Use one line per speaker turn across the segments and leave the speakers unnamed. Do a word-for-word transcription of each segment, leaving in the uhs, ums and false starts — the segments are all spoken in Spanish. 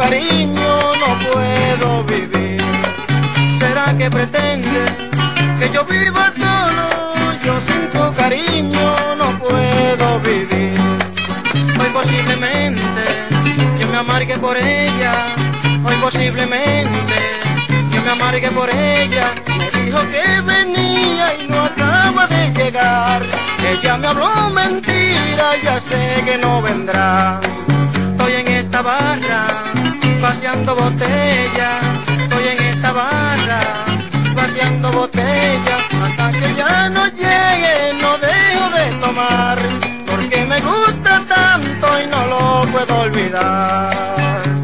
cariño no puedo vivir. ¿Será que pretende que yo viva solo? Yo sin tu cariño no puedo vivir. Hoy posiblemente yo me amargue por ella. Hoy posiblemente yo me amargue por ella. Me dijo que venía y no acaba de llegar. Ella me habló mentira, ya sé que no vendrá. Estoy en esta barra vaciando botella. Estoy en esta barra vaciando botella. Hasta que ya no llegue no dejo de tomar, porque me gusta tanto y no lo puedo olvidar.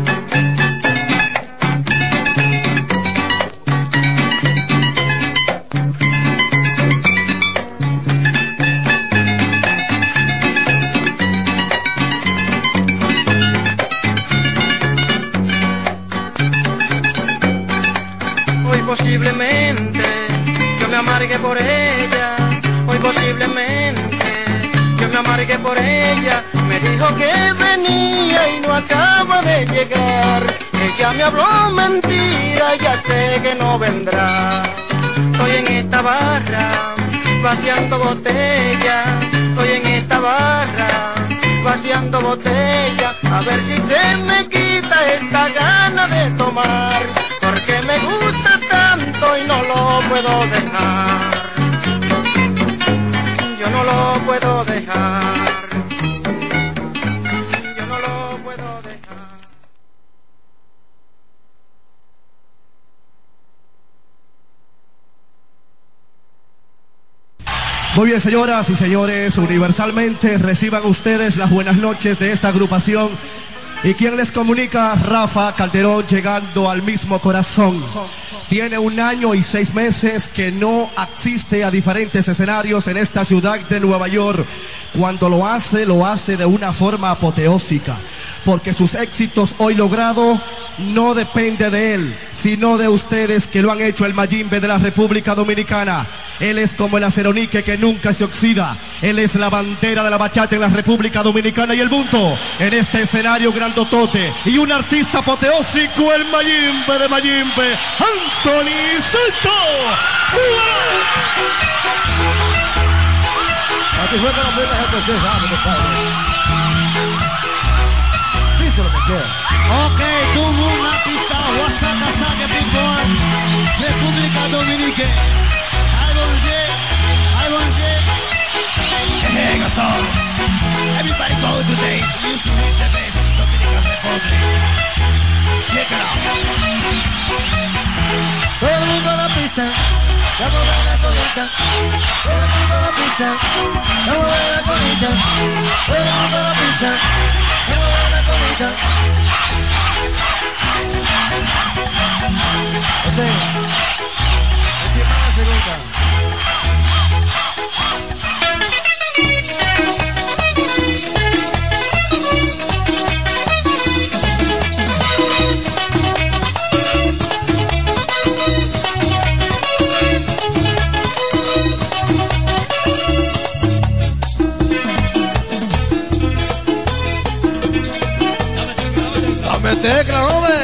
Posiblemente yo me amargue por ella. Hoy posiblemente yo me amargue por ella. Me dijo que venía y no acaba de llegar. Ella me habló mentira, ya sé que no vendrá. Estoy en esta barra vaciando botella. Estoy en esta barra vaciando botella. A ver si se me quita esta gana de tomar, porque me gusta tanto y no lo puedo dejar. Yo no lo puedo dejar. Yo no lo puedo dejar.
Muy bien, señoras y señores, universalmente reciban ustedes las buenas noches de esta agrupación. Y quien les comunica, Rafa Calderón, llegando al mismo corazón. Tiene un año y seis meses que no asiste a diferentes escenarios en esta ciudad de Nueva York. Cuando lo hace, lo hace de una forma apoteósica, porque sus éxitos hoy logrados no depende de él, sino de ustedes que lo han hecho el Mayimbe de la República Dominicana. Él es como el aceronique que nunca se oxida. Él es la bandera de la bachata en la República Dominicana y el mundo. En este escenario grandotote y un artista apoteósico, el Mayimbe de Mayimbe, Anthony Santo.
Aquí fue que la meta es procesada, compadre. Dice lo que sea.
Ok, tuvo una pista, Oaxaca, Saque, Picoan, República Dominicana. I want to say, I want to say. Hey, go song. Everybody go today. Music with the best in Dominican Republic. Check it out. Todo el mundo la pisa, vamos a ver la colita. Todo el mundo la pisa, vamos a ver la colita. Todo el mundo la pisa, vamos a ver la colita.
O sea, encima la segunda. Dame tecla, hombre.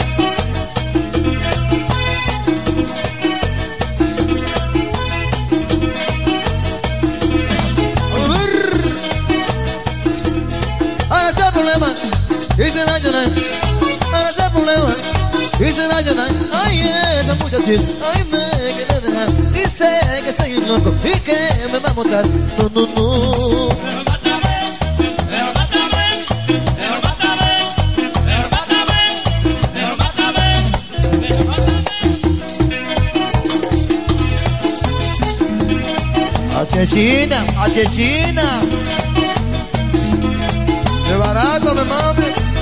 Ahora ese problema, dice la llana. Ahora ese problema, dice la llana. Ay, esa muchachita, ay, me quiere dejar. Dice que soy un loco y que me va a montar. No, no, no. Chechina, a Chechina. De barato, me mami.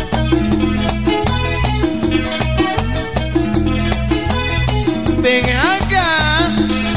Ven acá.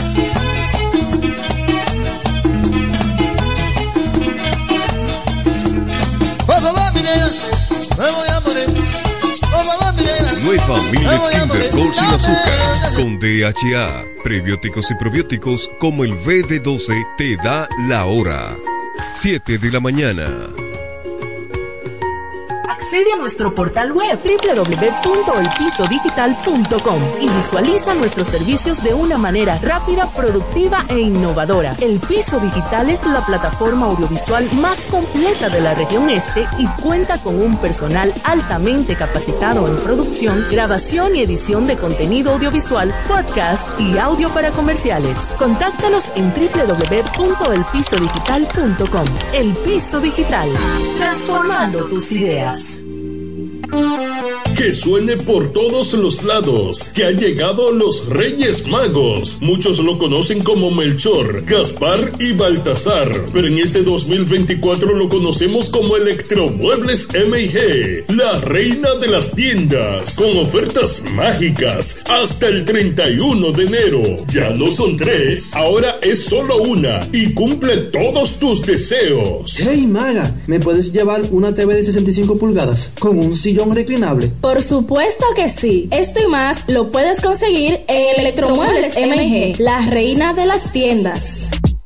Por favor, mi nena, me voy a morir. Por favor, mi nena.
Nueva Miles Kinder Gold sin azúcar, con D H A, prebióticos y probióticos como el B D doce, te da la hora. siete de la mañana.
Accede a nuestro portal web doble u doble u doble u punto el piso digital punto com y visualiza nuestros servicios de una manera rápida, productiva e innovadora. El Piso Digital es la plataforma audiovisual más completa de la región este y cuenta con un personal altamente capacitado en producción, grabación y edición de contenido audiovisual, podcast y audio para comerciales. Contáctanos en doble u doble u doble u punto el piso digital punto com. El Piso Digital, transformando tus ideas.
Que suene por todos los lados, que han llegado los Reyes Magos. Muchos lo conocen como Melchor, Gaspar y Baltasar, pero en este dos mil veinticuatro lo conocemos como Electromuebles M y G, la reina de las tiendas, con ofertas mágicas hasta el treinta y uno de enero. Ya no son tres, ahora es solo una y cumple todos tus deseos.
Hey Maga, ¿me puedes llevar una T V de sesenta y cinco pulgadas con un sillón reclinable?
Por supuesto que sí. Esto y más lo puedes conseguir en Electromuebles M y G, la reina de las tiendas.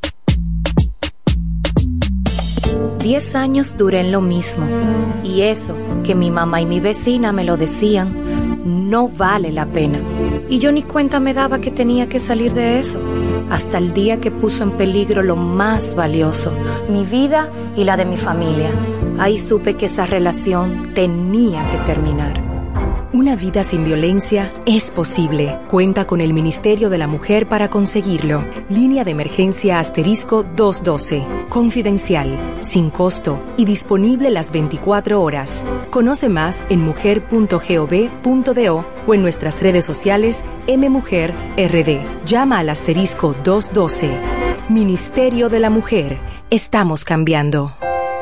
Diez años duré en lo mismo. Y eso, que mi mamá y mi vecina me lo decían, no vale la pena. Y yo ni cuenta me daba que tenía que salir de eso. Hasta el día que puso en peligro lo más valioso, mi vida y la de mi familia. Ahí supe que esa relación tenía que terminar.
Una vida sin violencia es posible. Cuenta con el Ministerio de la Mujer para conseguirlo. Línea de emergencia asterisco doscientos doce. Confidencial, sin costo y disponible las veinticuatro horas. Conoce más en mujer punto gov punto do o en nuestras redes sociales mmujerrd. Llama al asterisco doscientos doce. Ministerio de la Mujer. Estamos cambiando.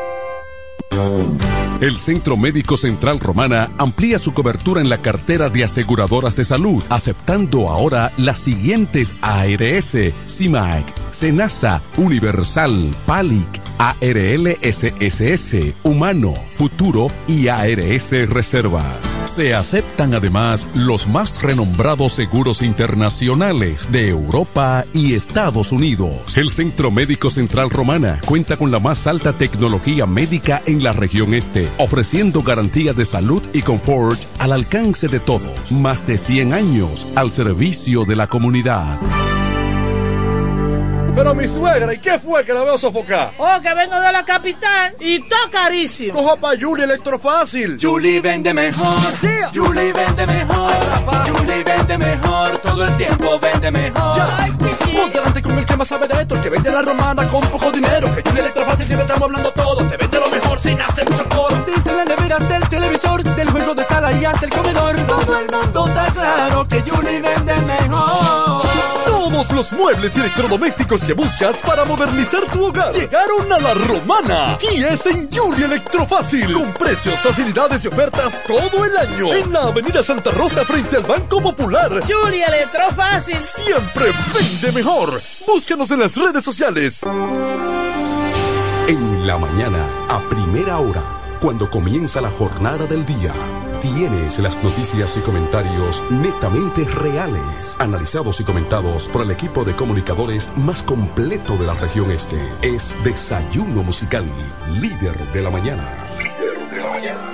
El Centro Médico Central Romana amplía su cobertura en la cartera de aseguradoras de salud, aceptando ahora las siguientes A R S, CIMAC, SENASA, Universal, PALIC, A R L S S S, Humano, Futuro y A R S Reservas. Se aceptan además los más renombrados seguros internacionales de Europa y Estados Unidos. El Centro Médico Central Romana cuenta con la más alta tecnología médica en la región este, ofreciendo garantía de salud y confort al alcance de todos. Más de cien años al servicio de la comunidad.
Pero mi suegra, ¿y qué fue que la veo sofocar?
Oh, que vengo de la capital y todo carísimo.
Coja pa' Julie Electrofácil.
Julie vende mejor. Yeah. Julie vende mejor. Ay, Julie vende mejor. Todo el tiempo vende mejor.
Yeah. Ponte delante con el que más sabe de esto, el que vende la romana con poco dinero. Que Julie Electrofácil siempre estamos hablando todo. Te vende lo mejor sin hacer mucho coro. Dice las neveras del televisor, del juego de sala y hasta el comedor. Todo el mundo está claro que Julie vende mejor. Todos los muebles y electrodomésticos que buscas para modernizar tu hogar llegaron a la Romana y es en Julie Electrofácil, con precios, facilidades y ofertas todo el año en la avenida Santa Rosa frente al Banco Popular.
Julie Electrofácil
siempre vende mejor. Búscanos en las redes sociales.
En la mañana, a primera hora, cuando comienza la jornada del día, tienes las noticias y comentarios netamente reales, analizados y comentados por el equipo de comunicadores más completo de la región este. Es Desayuno Musical, líder de la mañana. Líder de la mañana.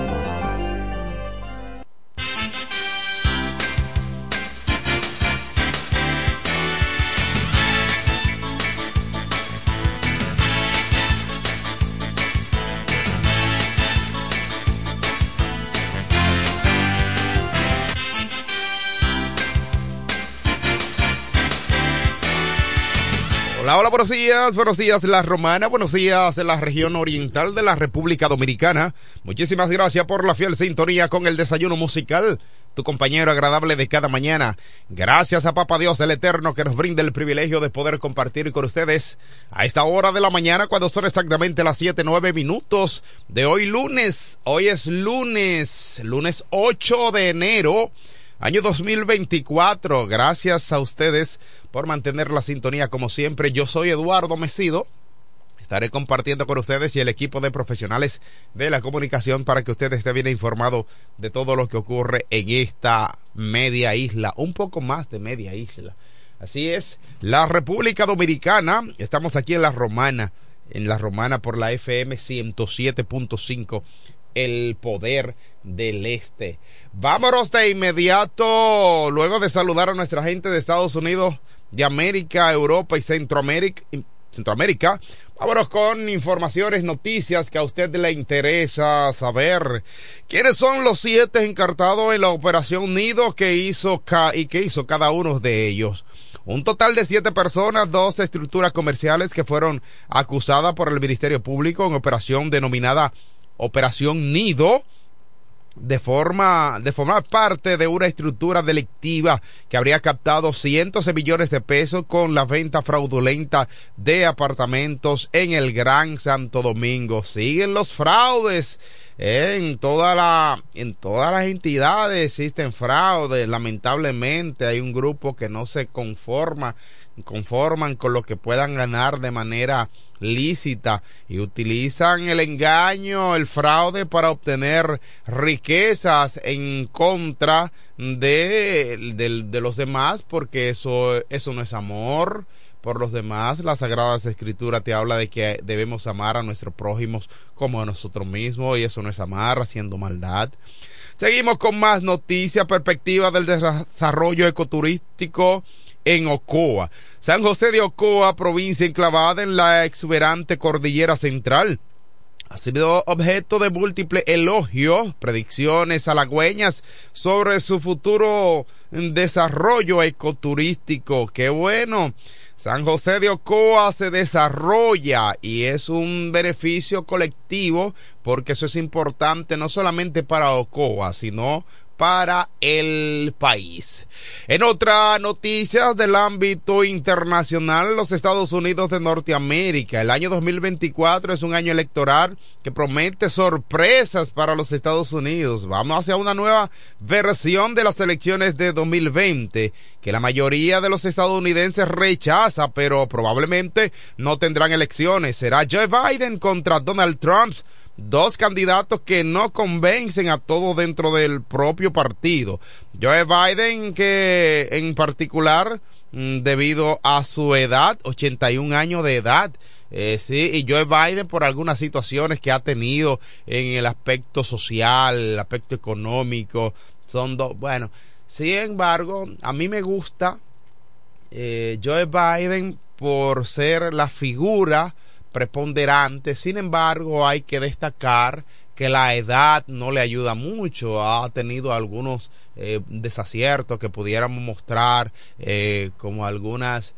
Hola, hola, buenos días, buenos días La Romana, buenos días de la región oriental de la República Dominicana. Muchísimas gracias por la fiel sintonía con el Desayuno Musical, tu compañero agradable de cada mañana. Gracias a Papá Dios el Eterno que nos brinda el privilegio de poder compartir con ustedes a esta hora de la mañana, cuando son exactamente las siete, nueve minutos de hoy lunes. Hoy es lunes, lunes ocho de enero. Año dos mil veinticuatro, gracias a ustedes por mantener la sintonía como siempre. Yo soy Eduardo Mesido, estaré compartiendo con ustedes y el equipo de profesionales de la comunicación para que usted esté bien informado de todo lo que ocurre en esta media isla, un poco más de media isla. Así es, la República Dominicana, estamos aquí en La Romana, en La Romana por la F M ciento siete punto cinco el poder del este. Vámonos de inmediato, luego de saludar a nuestra gente de Estados Unidos, de América, Europa y Centroamérica, Centroamérica. Vámonos con informaciones, noticias que a usted le interesa saber. ¿Quiénes son los siete encartados en la Operación Nido que hizo ca y que hizo cada uno de ellos? Un total de siete personas, dos estructuras comerciales que fueron acusadas por el Ministerio Público en operación denominada Operación Nido, de forma de formar parte de una estructura delictiva que habría captado cientos de millones de pesos con la venta fraudulenta de apartamentos en el Gran Santo Domingo. Siguen los fraudes en toda la en todas las entidades, existen fraudes. Lamentablemente hay un grupo que no se conforma conforman con lo que puedan ganar de manera lícita y utilizan el engaño, el fraude para obtener riquezas en contra de, de, de los demás, porque eso, eso no es amor por los demás. Las Sagradas Escrituras te habla de que debemos amar a nuestros prójimos como a nosotros mismos, y eso no es amar haciendo maldad. Seguimos con más noticias. Perspectiva del desarrollo ecoturístico en Ocoa. San José de Ocoa, provincia enclavada en la exuberante cordillera central, ha sido objeto de múltiples elogios, predicciones halagüeñas sobre su futuro desarrollo ecoturístico. ¡Qué bueno! San José de Ocoa se desarrolla y es un beneficio colectivo, porque eso es importante no solamente para Ocoa, sino para el país. En otras noticias del ámbito internacional, los Estados Unidos de Norteamérica, el año dos mil veinticuatro es un año electoral que promete sorpresas para los Estados Unidos. Vamos hacia una nueva versión de las elecciones de dos mil veinte, que la mayoría de los estadounidenses rechaza, pero probablemente no tendrán elecciones. Será Joe Biden contra Donald Trump, dos candidatos que no convencen a todos dentro del propio partido. Joe Biden, que en particular, debido a su edad, ochenta y un años de edad, eh, sí, y Joe Biden por algunas situaciones que ha tenido en el aspecto social, el aspecto económico, son dos, bueno, sin embargo, a mí me gusta eh, Joe Biden por ser la figura preponderante. Sin embargo, hay que destacar que la edad no le ayuda mucho. Ha tenido algunos eh, desaciertos que pudiéramos mostrar, eh, como algunas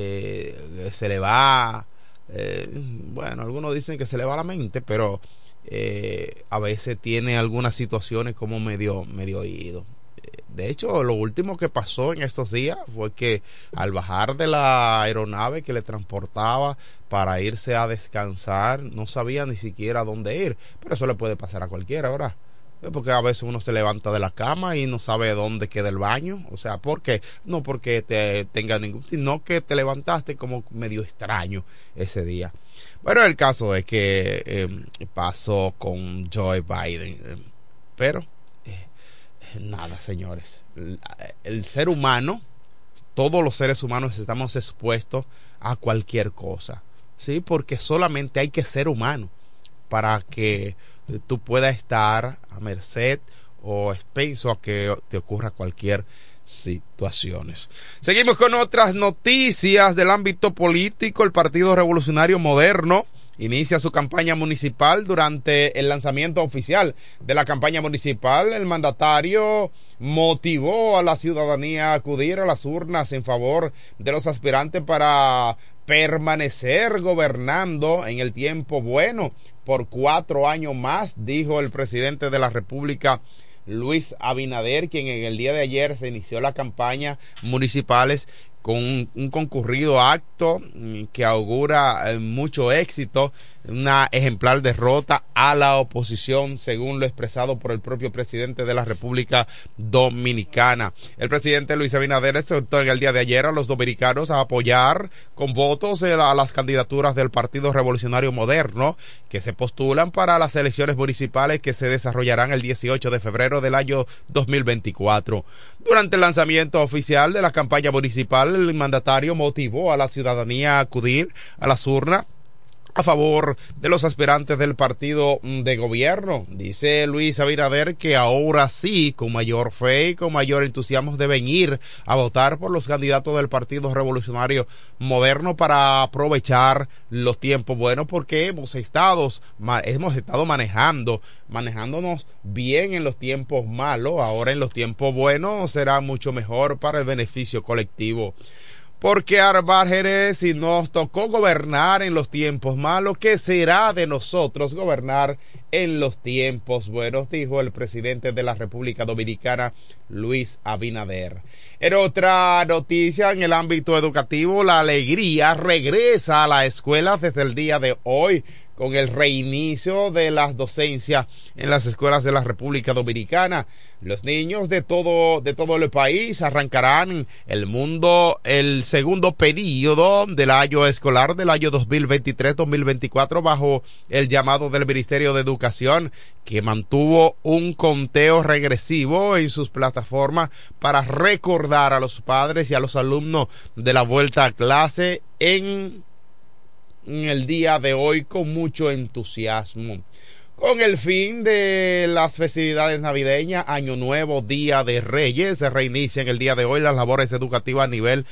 eh, se le va eh, bueno, algunos dicen que se le va la mente, pero eh, a veces tiene algunas situaciones como medio medio oído. De hecho, lo último que pasó en estos días fue que al bajar de la aeronave que le transportaba para irse a descansar, no sabía ni siquiera dónde ir. Pero eso le puede pasar a cualquiera, ¿verdad? Porque a veces uno se levanta de la cama y no sabe dónde queda el baño. O sea, ¿por qué? No porque te tenga ningún, sino que te levantaste como medio extraño ese día. Bueno, el caso es que eh, pasó con Joe Biden. Pero nada, señores, el, el ser humano, todos los seres humanos estamos expuestos a cualquier cosa, ¿sí? Porque solamente hay que ser humano para que tú puedas estar a merced o expenso a que te ocurra cualquier situaciones. Seguimos con otras noticias del ámbito político. El Partido Revolucionario Moderno inicia su campaña municipal. Durante el lanzamiento oficial de la campaña municipal, el mandatario motivó a la ciudadanía a acudir a las urnas en favor de los aspirantes para permanecer gobernando en el tiempo bueno por cuatro años más, dijo el presidente de la República, Luis Abinader, quien en el día de ayer se inició la campaña municipales con un, un concurrido acto que augura eh, mucho éxito, una ejemplar derrota a la oposición, según lo expresado por el propio presidente de la República Dominicana. El presidente Luis Abinader exhortó en el día de ayer a los dominicanos a apoyar con votos a las candidaturas del Partido Revolucionario Moderno que se postulan para las elecciones municipales que se desarrollarán el dieciocho de febrero del año dos mil veinticuatro. Durante el lanzamiento oficial de la campaña municipal, el mandatario motivó a la ciudadanía a acudir a las urnas a favor de los aspirantes del partido de gobierno. Dice Luis Abinader que ahora sí, con mayor fe y con mayor entusiasmo, deben ir a votar por los candidatos del Partido Revolucionario Moderno para aprovechar los tiempos buenos, porque hemos estado, hemos estado manejando, manejándonos bien en los tiempos malos. Ahora en los tiempos buenos será mucho mejor para el beneficio colectivo. Porque Arbar Jerez, si nos tocó gobernar en los tiempos malos, ¿qué será de nosotros gobernar en los tiempos buenos?, dijo el presidente de la República Dominicana, Luis Abinader. En otra noticia, en el ámbito educativo, la alegría regresa a la escuela desde el día de hoy, con el reinicio de las docencias en las escuelas de la República Dominicana. Los niños de todo, de todo el país arrancarán el mundo, el segundo periodo del año escolar del año dos mil veintitrés dos mil veinticuatro bajo el llamado del Ministerio de Educación, que mantuvo un conteo regresivo en sus plataformas para recordar a los padres y a los alumnos de la vuelta a clase en en el día de hoy con mucho entusiasmo. Con el fin de las festividades navideñas, Año Nuevo, Día de Reyes, se reinician el día de hoy las labores educativas a nivel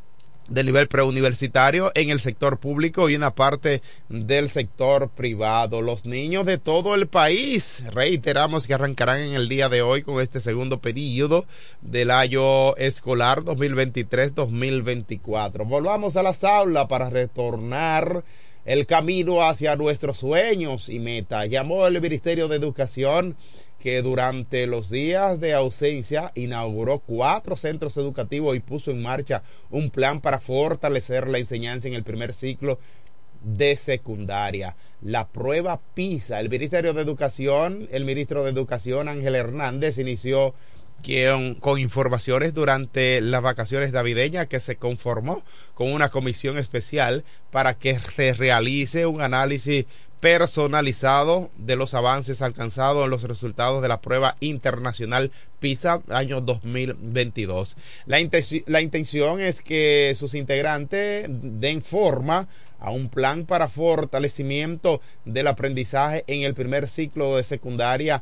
del nivel preuniversitario en el sector público y una parte del sector privado. Los niños de todo el país, reiteramos, que arrancarán en el día de hoy con este segundo periodo del año escolar dos mil veintitrés dos mil veinticuatro. Volvamos a las aulas para retornar el camino hacia nuestros sueños y metas. Llamó el Ministerio de Educación, que durante los días de ausencia inauguró cuatro centros educativos y puso en marcha un plan para fortalecer la enseñanza en el primer ciclo de secundaria. La prueba PISA, el Ministerio de Educación, el ministro de Educación, Ángel Hernández, inició con, con informaciones durante las vacaciones navideñas, que se conformó con una comisión especial para que se realice un análisis personalizado de los avances alcanzados en los resultados de la prueba internacional PISA año dos mil veintidós. La, intenci- la intención es que sus integrantes den forma a un plan para fortalecimiento del aprendizaje en el primer ciclo de secundaria,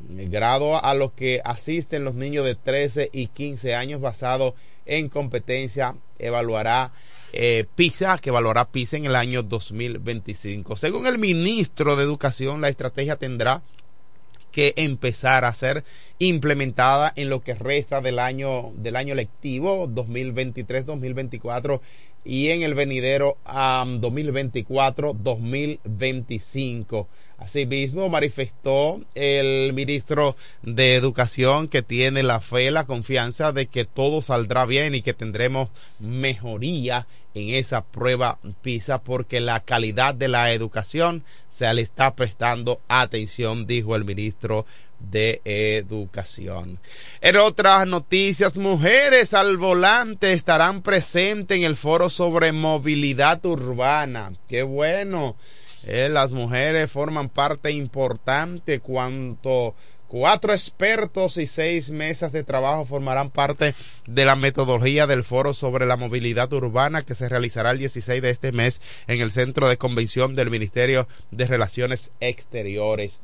grado a los que asisten los niños de trece y quince años, basado en competencia. Evaluará Eh, PISA, que evaluará PISA en el año dos mil veinticinco. Según el ministro de Educación, la estrategia tendrá que empezar a ser implementada en lo que resta del año del año lectivo dos mil veintitrés dos mil veinticuatro y en el venidero um, dos mil veinticuatro dos mil veinticinco. Asimismo, manifestó el ministro de Educación que tiene la fe, la confianza de que todo saldrá bien y que tendremos mejoría en esa prueba PISA, porque la calidad de la educación se le está prestando atención, dijo el ministro de Educación. En otras noticias, mujeres al volante estarán presentes en el foro sobre movilidad urbana. ¡Qué bueno! Eh, las mujeres forman parte importante. Cuanto cuatro expertos y seis mesas de trabajo formarán parte de la metodología del foro sobre la movilidad urbana, que se realizará el dieciséis de este mes en el Centro de Convención del Ministerio de Relaciones Exteriores.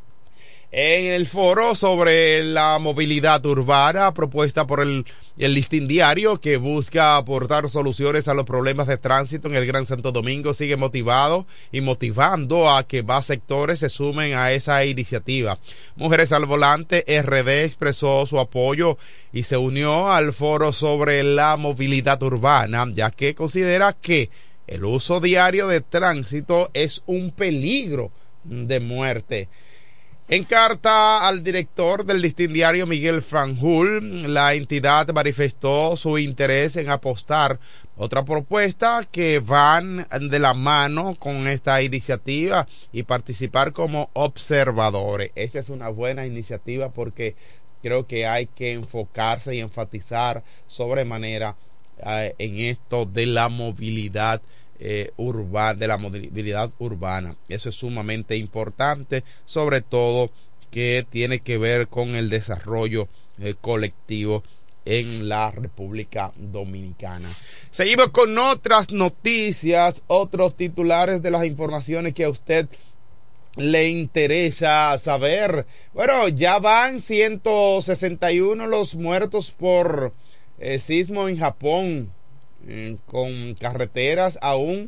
En el foro sobre la movilidad urbana, propuesta por el, el Listín Diario, que busca aportar soluciones a los problemas de tránsito en el Gran Santo Domingo, sigue motivado y motivando a que más sectores se sumen a esa iniciativa. Mujeres al Volante R D expresó su apoyo y se unió al foro sobre la movilidad urbana, ya que considera que el uso diario de tránsito es un peligro de muerte. En carta al director del Listín Diario, Miguel Franjul, la entidad manifestó su interés en apostar otra propuesta que van de la mano con esta iniciativa y participar como observadores. Esta es una buena iniciativa porque creo que hay que enfocarse y enfatizar sobremanera eh, en esto de la movilidad Eh, urbana, de la movilidad urbana. Eso es sumamente importante, sobre todo que tiene que ver con el desarrollo eh, colectivo en la República Dominicana. Seguimos con otras noticias, otros titulares de las informaciones que a usted le interesa saber. Bueno, ya van ciento sesenta y uno los muertos por eh, sismo en Japón, eh, con carreteras aún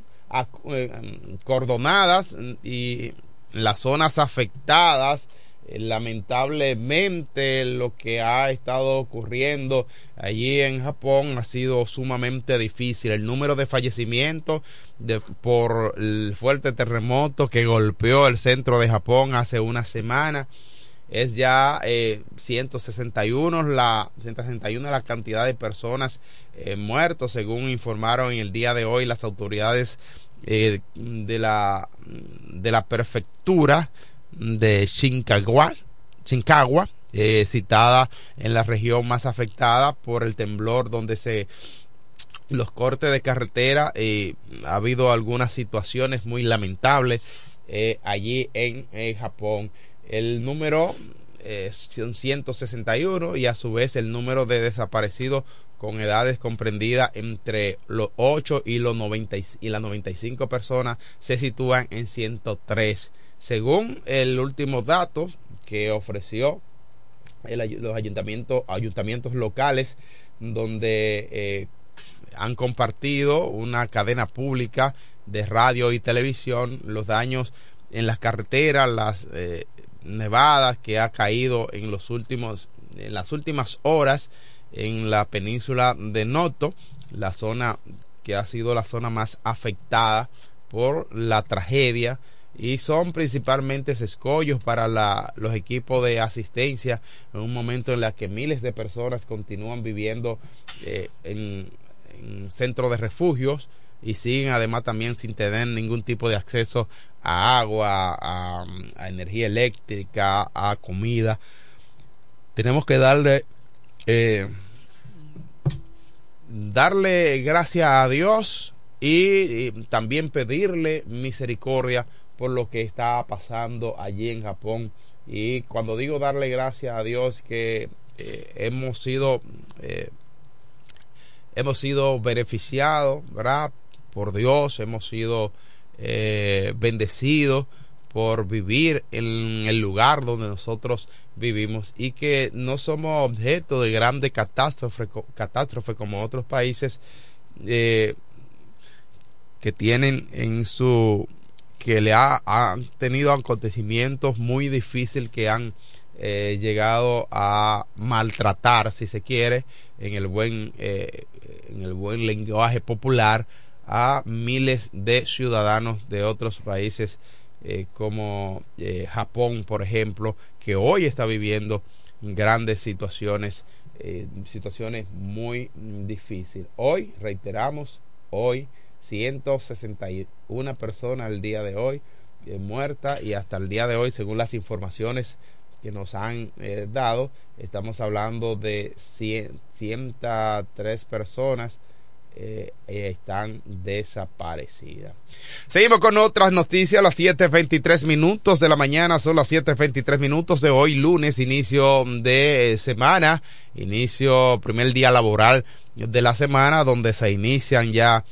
acordonadas y las zonas afectadas. Lamentablemente lo que ha estado ocurriendo allí en Japón ha sido sumamente difícil. El número de fallecimientos de, por el fuerte terremoto que golpeó el centro de Japón hace una semana es ya eh, ciento sesenta y uno la, ciento sesenta y uno la cantidad de personas eh, muertos, según informaron en el día de hoy las autoridades eh, de la de la prefectura de Shinkawa, Shinkawa eh, citada en la región más afectada por el temblor, donde se los cortes de carretera. Eh, ha habido algunas situaciones muy lamentables eh, allí en, en Japón. El número eh, son ciento sesenta y uno y a su vez el número de desaparecidos con edades comprendidas entre los ocho y los noventa y las noventa y cinco personas se sitúan en ciento tres. Según el último dato que ofreció el, los ayuntamientos, ayuntamientos locales, donde eh, han compartido una cadena pública de radio y televisión, los daños en las carreteras, las eh, nevadas que ha caído en los últimos, en las últimas horas en la península de Noto, la zona que ha sido la zona más afectada por la tragedia. Y son principalmente escollos para la, los equipos de asistencia en un momento en el que miles de personas continúan viviendo eh, en, en centros de refugios y siguen además también sin tener ningún tipo de acceso a agua, a, a energía eléctrica, a comida. Tenemos que darle eh, darle gracias a Dios y, y también pedirle misericordia por lo que está pasando allí en Japón. Y cuando digo darle gracias a Dios, que eh, hemos sido eh, hemos sido beneficiados, ¿verdad?, por Dios, hemos sido eh, bendecidos por vivir en el lugar donde nosotros vivimos, y que no somos objeto de grandes catástrofes catástrofe como otros países eh, que tienen en su que le ha, han tenido acontecimientos muy difíciles que han eh, llegado a maltratar, si se quiere, en el buen eh, en el buen lenguaje popular, a miles de ciudadanos de otros países eh, como eh, Japón, por ejemplo, que hoy está viviendo grandes situaciones eh, situaciones muy difíciles. Hoy, reiteramos, hoy ciento sesenta y una personas el día de hoy eh, muertas, y hasta el día de hoy, según las informaciones que nos han eh, dado, estamos hablando de ciento tres personas eh, eh, están desaparecidas. Seguimos con otras noticias. Las siete veintitrés minutos de la mañana, son las siete veintitrés minutos de hoy, lunes, inicio de semana, inicio, primer día laboral de la semana, donde se inician ya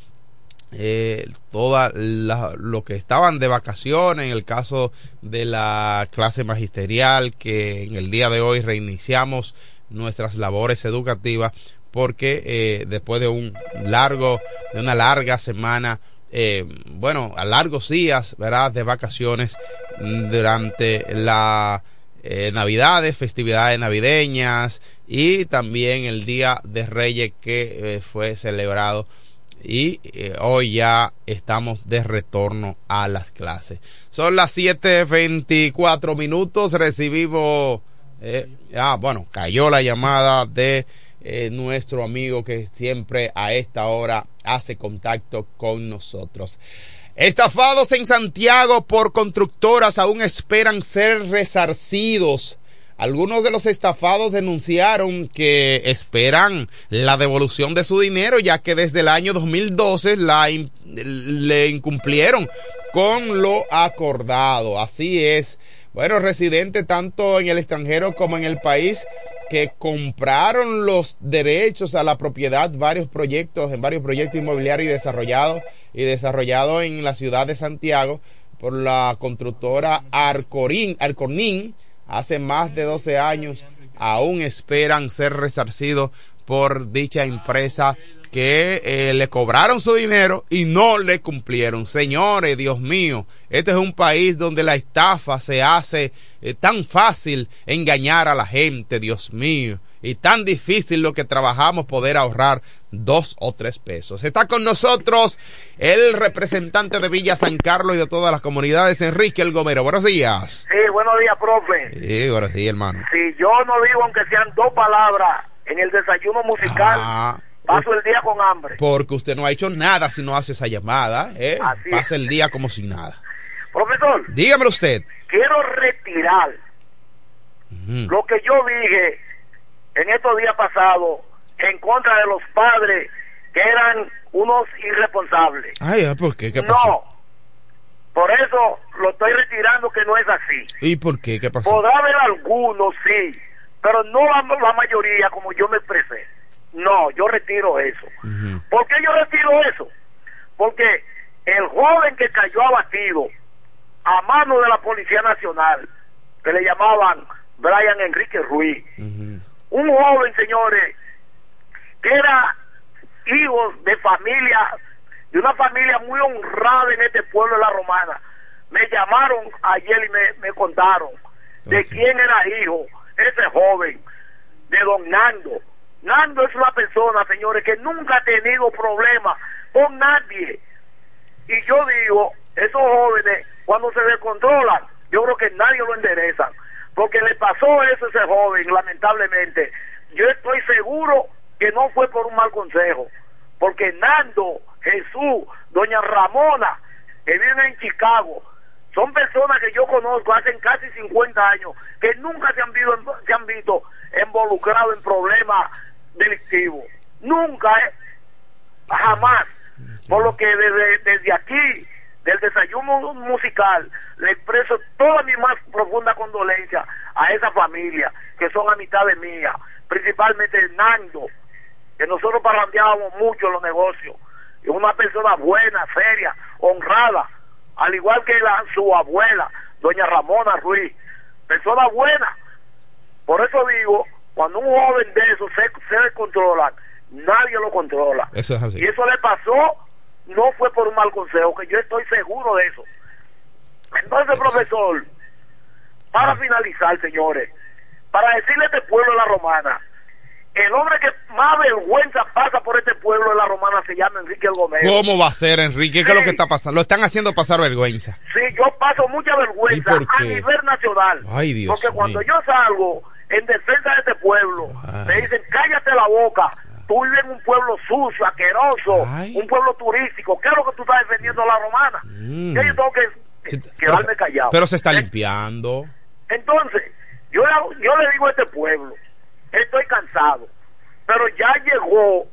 Eh, toda la, lo que estaban de vacaciones, en el caso de la clase magisterial, que en el día de hoy reiniciamos nuestras labores educativas, porque eh, después de un largo, de una larga semana, eh, bueno, a largos días, ¿verdad?, de vacaciones durante la eh, Navidades, festividades navideñas, y también el Día de Reyes que eh, fue celebrado. Y eh, hoy ya estamos de retorno a las clases. Son las siete veinticuatro minutos. Recibimos eh, ah bueno cayó la llamada de eh, nuestro amigo que siempre a esta hora hace contacto con nosotros. Estafados en Santiago por constructoras aún esperan ser resarcidos. Algunos de los estafados denunciaron que esperan la devolución de su dinero, ya que desde el año dos mil doce la in, le incumplieron con lo acordado. Así es. Bueno, residentes tanto en el extranjero como en el país que compraron los derechos a la propiedad varios proyectos, en varios proyectos inmobiliarios y desarrollados y desarrollados en la ciudad de Santiago por la constructora Arcorín, Arconín, hace más de doce años, aún esperan ser resarcidos por dicha empresa que eh, le cobraron su dinero y no le cumplieron. Señores, Dios mío, este es un país donde la estafa se hace eh, tan fácil engañar a la gente, Dios mío, y tan difícil lo que trabajamos poder ahorrar dos o tres pesos. Está con nosotros el representante de Villa San Carlos y de todas las comunidades, Enrique El Gomero. Buenos días.
Sí, buenos días, profe.
Sí, buenos días, hermano.
Si yo no digo, aunque sean dos palabras en el desayuno musical, ah, paso el día con hambre.
Porque usted no ha hecho nada si no hace esa llamada, ¿eh? Pasa el día como si nada.
Profesor,
dígamelo usted.
Quiero retirar uh-huh. lo que yo dije en estos días pasados en contra de los padres que eran unos irresponsables.
Ay, ¿por qué? ¿Qué pasó?
No, por eso lo estoy retirando, que no es así.
¿Y por qué? ¿Qué pasó?
Podrá haber algunos, sí, pero no la, la mayoría como yo me expresé. No, yo retiro eso. Uh-huh. ¿Por qué yo retiro eso? Porque el joven que cayó abatido a mano de la Policía Nacional, que le llamaban Brian Enrique Ruiz, uh-huh. un joven, señores, que era hijo de familia, de una familia muy honrada en este pueblo de La Romana. Me llamaron ayer y me, me contaron okay. de quién era hijo ese joven, de don Nando. Nando es una persona, señores, que nunca ha tenido problemas con nadie. Y yo digo, esos jóvenes, cuando se descontrolan, yo creo que nadie lo endereza. Porque le pasó eso a ese joven, lamentablemente. Yo estoy seguro que no fue por un mal consejo. Porque Nando, Jesús, doña Ramona, que viven en Chicago, son personas que yo conozco hace casi cincuenta años, que nunca se han visto, se han visto involucrados en problemas delictivos. Nunca, ¿eh? Jamás. Por lo que desde, desde aquí, del desayuno musical, le expreso toda mi más profunda condolencia a esa familia, que son amistades mías, principalmente Nando, que nosotros parrandeábamos mucho en los negocios. Es una persona buena, seria, honrada, al igual que la, su abuela, doña Ramona Ruiz, persona buena. Por eso digo, cuando un joven de eso se, se descontrola, nadie lo controla.
Eso es así.
Y eso le pasó, no fue por un mal consejo, que yo estoy seguro de eso. Entonces, profesor, para finalizar, señores, para decirle a este pueblo de La Romana, el hombre que más vergüenza pasa por este pueblo de La Romana se llama Enrique El Gomero.
¿Cómo va a ser, Enrique? ¿Qué sí. es lo que está pasando? Lo están haciendo pasar vergüenza.
Sí, yo paso mucha vergüenza a nivel nacional.
Ay, Dios
porque
mío.
Cuando yo salgo en defensa de este pueblo, Ay. me dicen, cállate la boca. Tú vives en un pueblo sucio, asqueroso, Ay. un pueblo turístico. ¿Qué es lo que tú estás defendiendo a La Romana? Mm. Que yo tengo que eh, quedarme
pero,
callado.
Pero se está ¿Eh? limpiando.
Entonces, yo, yo le digo a este pueblo, estoy cansado, pero ya llegó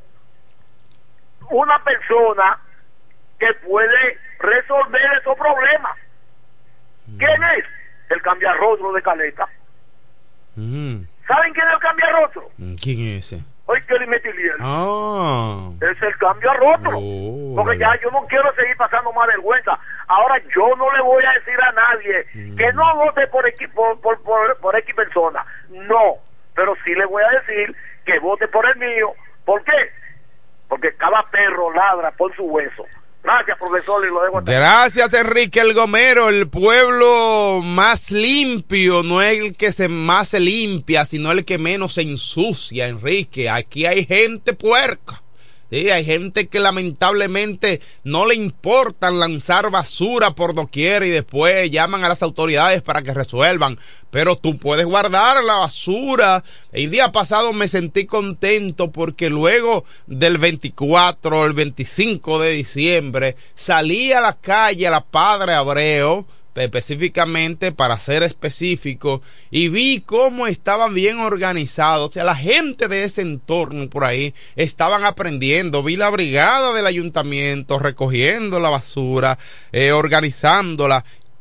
una persona que puede resolver esos problemas. Mm. ¿Quién es? El cambiarrostro de Caleta. Mm. ¿Saben quién es el cambiarrostro?
¿Quién es ese?
Hoy que le metí bien.
Ah.
Es el cambio a rostro.
Oh,
porque ya yo no quiero seguir pasando más vergüenza. Ahora yo no le voy a decir a nadie mm. que no vote por X, por, por, por, por X persona. No. Pero sí le voy a decir que vote por el mío. ¿Por qué? Porque cada perro ladra por su hueso. Gracias, profesor, y lo dejo hasta.
Gracias, Enrique El Gomero. El pueblo más limpio no es el que se más se limpia, sino el que menos se ensucia, Enrique. Aquí hay gente puerca. Sí, hay gente que lamentablemente no le importa lanzar basura por doquier y después llaman a las autoridades para que resuelvan. Pero tú puedes guardar la basura. El día pasado me sentí contento porque luego del veinticuatro, el veinticinco de diciembre, salí a la calle, a la Padre Abreu, específicamente para ser específico, y vi cómo estaban bien organizados. O sea, la gente de ese entorno por ahí estaban aprendiendo. Vi la brigada del ayuntamiento recogiendo la basura, eh, organizándola,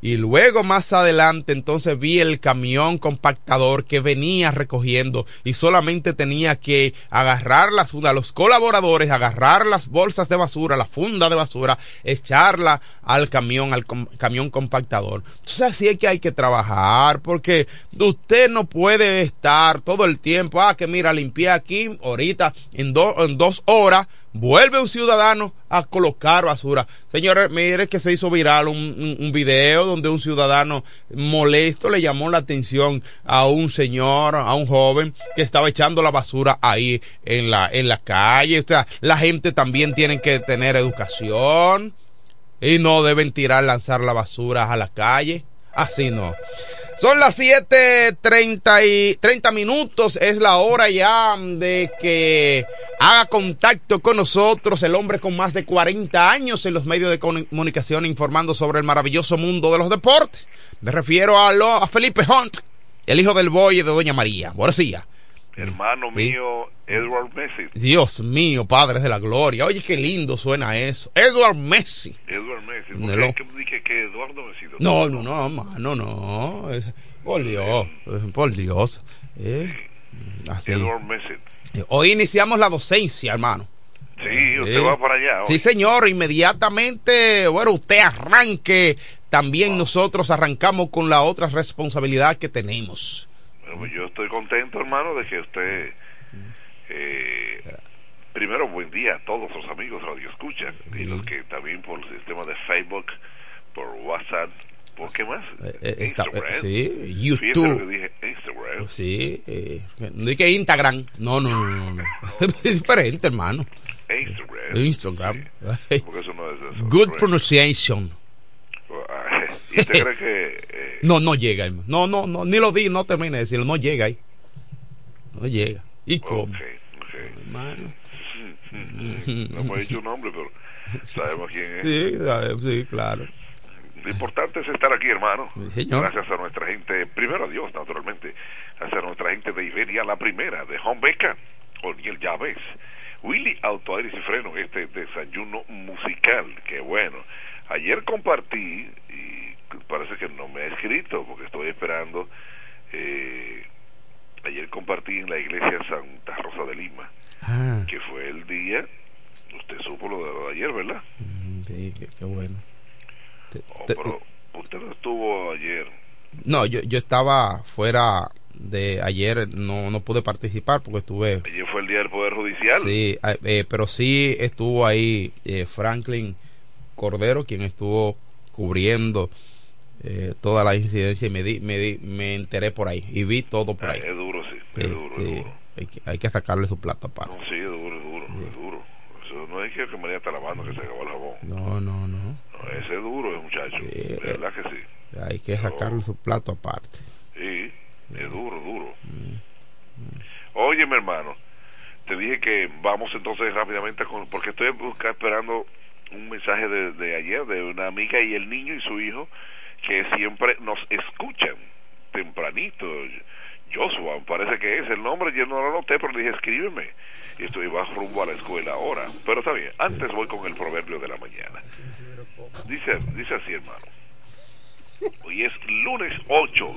y luego más adelante entonces vi el camión compactador que venía recogiendo y solamente tenía que agarrar las, a los colaboradores, agarrar las bolsas de basura, la funda de basura, echarla al camión, al com, camión compactador. Entonces así es que hay que trabajar, porque usted no puede estar todo el tiempo, ah, que mira, limpié aquí, ahorita en, do, en dos horas vuelve un ciudadano a colocar basura. Señores, mire que se hizo viral un, un, un video donde un ciudadano molesto le llamó la atención a un señor, a un joven que estaba echando la basura ahí en la, en la calle. O sea, la gente también tiene que tener educación y no deben tirar, lanzar la basura a la calle. Así no. Son las siete treinta y treinta minutos, es la hora ya de que haga contacto con nosotros el hombre con más de cuarenta años en los medios de comunicación informando sobre el maravilloso mundo de los deportes. Me refiero a, lo, a Felipe Hunt, el hijo del boy de Doña María. Buenos días.
Hermano mío, Edward Messi.
Dios mío, Padre de la Gloria. Oye, qué lindo suena eso. Edward Messi.
Edward Messi.
¿Por qué?
¿Qué dije que Eduardo Messi?
No, no, no, mano, no. Por Dios, por Dios. Eh, así.
Edward Messi.
Hoy iniciamos la docencia, hermano.
Sí, usted
eh,
va para allá hoy.
Sí, señor, inmediatamente, bueno, usted arranque. También wow. Nosotros arrancamos con la otra responsabilidad que tenemos.
Bueno, yo estoy contento, hermano, de que usted eh, primero buen día a todos los amigos Radio Escucha y los que también por el sistema de Facebook, por WhatsApp, ¿por qué más?
Eh, Instagram, eh, sí,
YouTube.
Fíjate lo
que dije, Instagram.
Sí, eh, no dije Instagram, no, no, no, no. Es diferente, hermano.
Instagram.
Instagram.
Sí. Porque eso no es eso.
Good pronunciation.
¿Y usted cree que eh...
no, no llega, hermano. No, no, no, ni lo di, no termine de decirlo, no llega ahí. No llega. ¿Y cómo?
Okay, okay.
Hermano.
No hemos dicho un nombre, pero sabemos quién es.
Sí, sí, claro.
Lo importante es estar aquí, hermano.
Sí, señor.
Gracias a nuestra gente, primero a Dios, naturalmente. Gracias a nuestra gente de Iberia, la primera, de Home Beca, O'Neill Llaves, Willy Auto Aires y Freno, este desayuno musical, que bueno. Ayer compartí, y parece que no me ha escrito, porque estoy esperando, eh, ayer compartí en la iglesia Santa Rosa de Lima, ah. que fue el día, usted supo lo de, lo de ayer, ¿verdad?
Sí, qué, qué bueno.
Te, oh, te, pero usted no estuvo ayer.
No, yo, yo estaba fuera de ayer, no, no pude participar porque estuve...
Ayer fue el día del Poder Judicial.
Sí, eh, pero sí estuvo ahí eh, Franklin Cordero, quien estuvo cubriendo eh, toda la incidencia y me di, me di, me enteré por ahí y vi todo por ahí.
Ah, es duro, sí,
sí
es duro,
sí.
es duro.
Hay que, hay que sacarle su plato aparte.
No, sí, es duro, es duro, sí. es duro. Eso no es que, que María está lavando que se acabó el jabón.
No, no, no.
No, ese es duro, ese muchacho. Sí, de verdad que sí.
Hay que sacarle no. su plato aparte.
Sí, sí. Es duro, duro. Mm. Mm. Oye, mi hermano, te dije que vamos entonces rápidamente con, porque estoy buscando, esperando un mensaje de, de ayer de una amiga y el niño y su hijo que siempre nos escuchan tempranito. Joshua, parece que es el nombre, yo no lo noté, pero le dije escríbeme y estoy bajo rumbo a la escuela ahora, pero está bien. Antes voy con el proverbio de la mañana. Dice, dice así, hermano. Hoy es lunes ocho,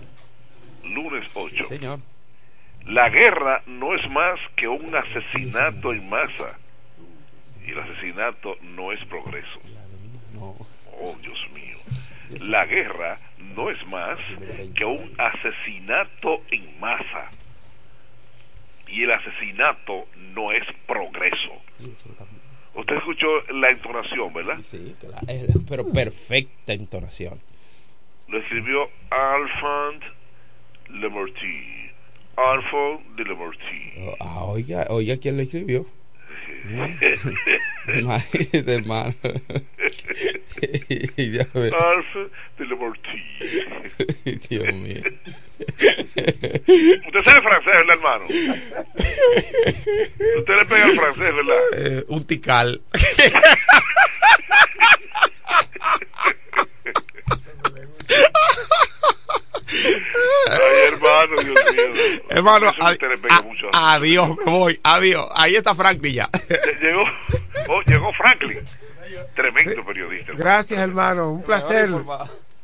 lunes ocho.
Sí, señor.
La guerra no es más que un asesinato en masa. Y el asesinato no es progreso. Oh, Dios mío. La guerra no es más que un asesinato en masa. Y el asesinato no es progreso. Usted escuchó la entonación, ¿verdad?
Sí, claro. Pero perfecta entonación.
Lo escribió Alphonse Lemarty. Alphonse de Lemarty.
Oh, ah, oiga, oiga, ¿quién lo escribió? Imagínate, hermano.
Alfa de la Mortilla.
Dios mío.
Usted sabe francés, ¿verdad, hermano? Usted le pega al francés, ¿verdad?
Eh, un tical.
Ay, hermano, Dios mío.
Hermano, ad, a, adiós, me voy, adiós. Ahí está Franklin ya.
Llegó, oh, llegó Franklin. Tremendo periodista.
Gracias, hermano, un placer.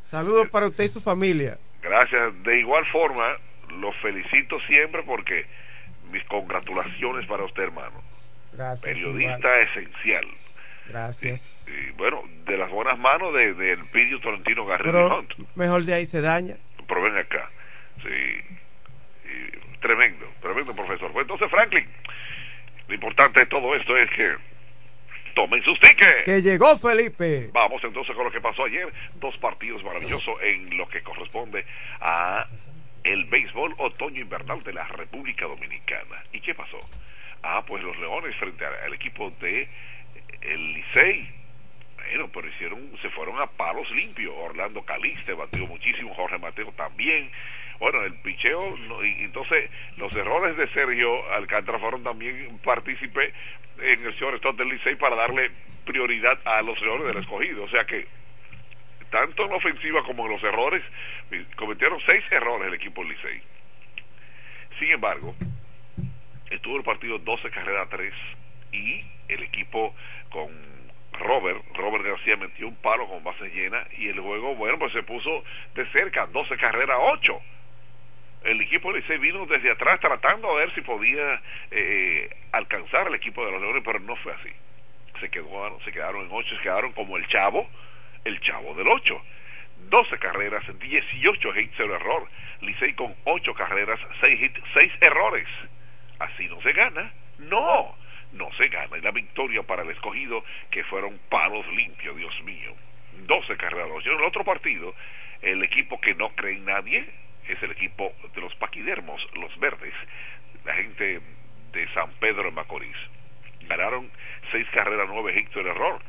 Saludos para usted y su familia.
Gracias. De igual forma, lo felicito siempre porque mis congratulaciones para usted, hermano.
Gracias.
Periodista
igual.
esencial.
Gracias.
Y, y bueno, de las buenas manos del de, de Pidio Tolentino Garrido
Pero
Hunt.
mejor de ahí se daña.
Pero ven acá. Sí. Y, tremendo, tremendo profesor. Pues entonces, Franklin, lo importante de todo esto es que tomen sus tickets.
Que llegó Felipe.
Vamos entonces con lo que pasó ayer. Dos partidos maravillosos en lo que corresponde a el béisbol otoño-invernal de la República Dominicana. ¿Y qué pasó? Ah, pues los Leones frente al equipo de el Licey. Bueno, pero hicieron, se fueron a palos limpios. Orlando Caliste batió muchísimo, Jorge Mateo también. Bueno, el picheo, no, y entonces los errores de Sergio Alcántara fueron también partícipe en el shortstop del Licey para darle prioridad a los Leones del Escogido. O sea que tanto en la ofensiva como en los errores, cometieron seis errores el equipo del Licey. Sin embargo, estuvo el partido doce carreras a tres y el equipo con Robert, Robert García metió un palo con base llena y el juego, bueno, pues se puso de cerca, doce carreras a ocho. El equipo de Licey vino desde atrás tratando a ver si podía eh, alcanzar al equipo de los Leones, pero no fue así. Se quedó, se quedaron en ocho, se quedaron como el chavo, el chavo del ocho. doce carreras, dieciocho hits, cero error. Licey con ocho carreras, seis hits, seis errores. Así no se gana. No, no se gana. Y la victoria para el Escogido, que fueron palos limpios, Dios mío. doce carreras. En el otro partido, el equipo que no cree en nadie es el equipo de los paquidermos, los verdes, la gente de San Pedro de Macorís. Ganaron seis carreras, nueve hits, el error.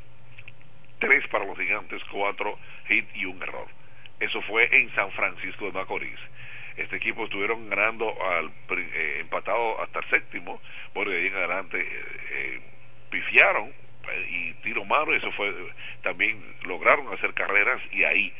Tres para los gigantes, cuatro hits y un error. Eso fue en San Francisco de Macorís. Este equipo estuvieron ganando al eh, empatado hasta el séptimo, bueno, de ahí en adelante eh, eh, pifiaron eh, y tiro malo, eso fue, eh, también lograron hacer carreras y ahí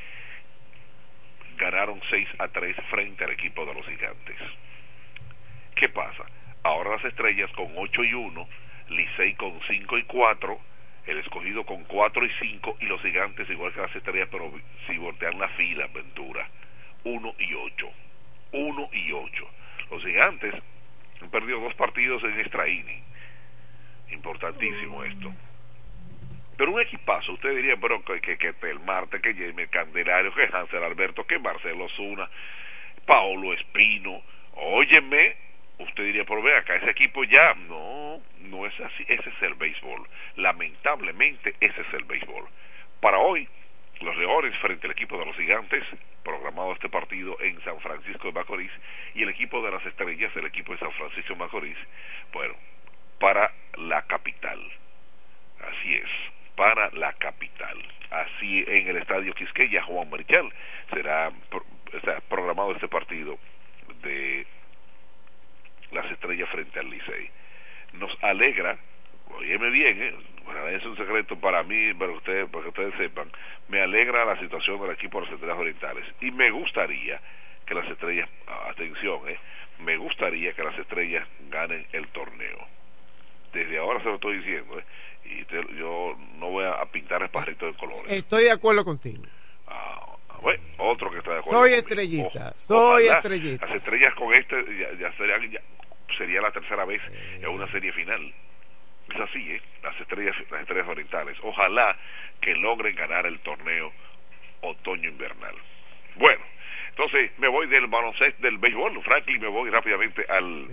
ganaron seis a tres frente al equipo de los gigantes. ¿Qué pasa? Ahora las estrellas con ocho y uno, Licey con cinco y cuatro, el Escogido con cuatro y cinco y los gigantes igual que las estrellas, pero si voltean la fila, Ventura, uno y ocho. uno y ocho. Los gigantes han perdido dos partidos en extra inning. Importantísimo esto. Pero un equipazo, usted diría, pero que, que, que el Marte, que Jaime Candelario, que Hansel Alberto, que Marcelo Zuna, Paolo Espino. Óyeme, usted diría, pero ve acá, ese equipo ya, no, no es así, ese es el béisbol. Lamentablemente, ese es el béisbol. Para hoy, los Leones frente al equipo de los Gigantes, programado este partido en San Francisco de Macorís, y el equipo de las Estrellas, el equipo de San Francisco de Macorís, bueno, para la capital. Así es, para la capital. Así en el Estadio Quisqueya, Juan Marichal, será pro, o sea, programado este partido de las Estrellas frente al Licey. Nos alegra, óyeme bien, ¿eh? Bueno, es un secreto para mí, para ustedes, para que ustedes sepan, me alegra la situación del equipo de las Estrellas Orientales y me gustaría que las Estrellas, atención, eh, me gustaría que las Estrellas ganen el torneo. Desde ahora se lo estoy diciendo, eh, y te, yo no voy a, a pintar el pajarito de colores.
Estoy de acuerdo contigo.
Ah, bueno, otro que está de acuerdo
soy
conmigo.
estrellita,
O,
soy
ojalá,
estrellita.
Las Estrellas con este ya, ya, serían, ya sería la tercera vez eh. en una serie final. Es así, ¿eh? Las estrellas, las estrellas orientales. Ojalá que logren ganar el torneo otoño-invernal. Bueno, entonces me voy del baloncesto, del béisbol, Franklin, me voy rápidamente al,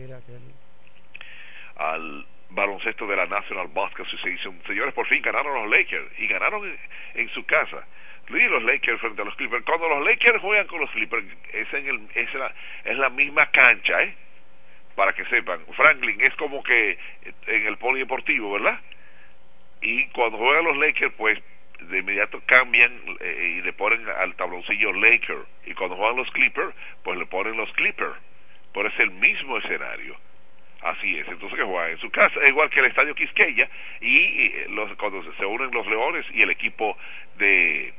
al baloncesto de la National Basketball Association. Señores, por fin ganaron los Lakers y ganaron en, en su casa. Y los Lakers frente a los Clippers. Cuando los Lakers juegan con los Clippers, es, en el, es, la, es la misma cancha, ¿eh? Para que sepan, Franklin es como que en el polideportivo, ¿verdad? Y cuando juegan los Lakers, pues de inmediato cambian eh, y le ponen al tabloncillo Laker, y cuando juegan los Clippers, pues le ponen los Clippers, pero es el mismo escenario. Así es, entonces que juegan en su casa, igual que el Estadio Quisqueya, y, y los, cuando se unen los Leones y el equipo de,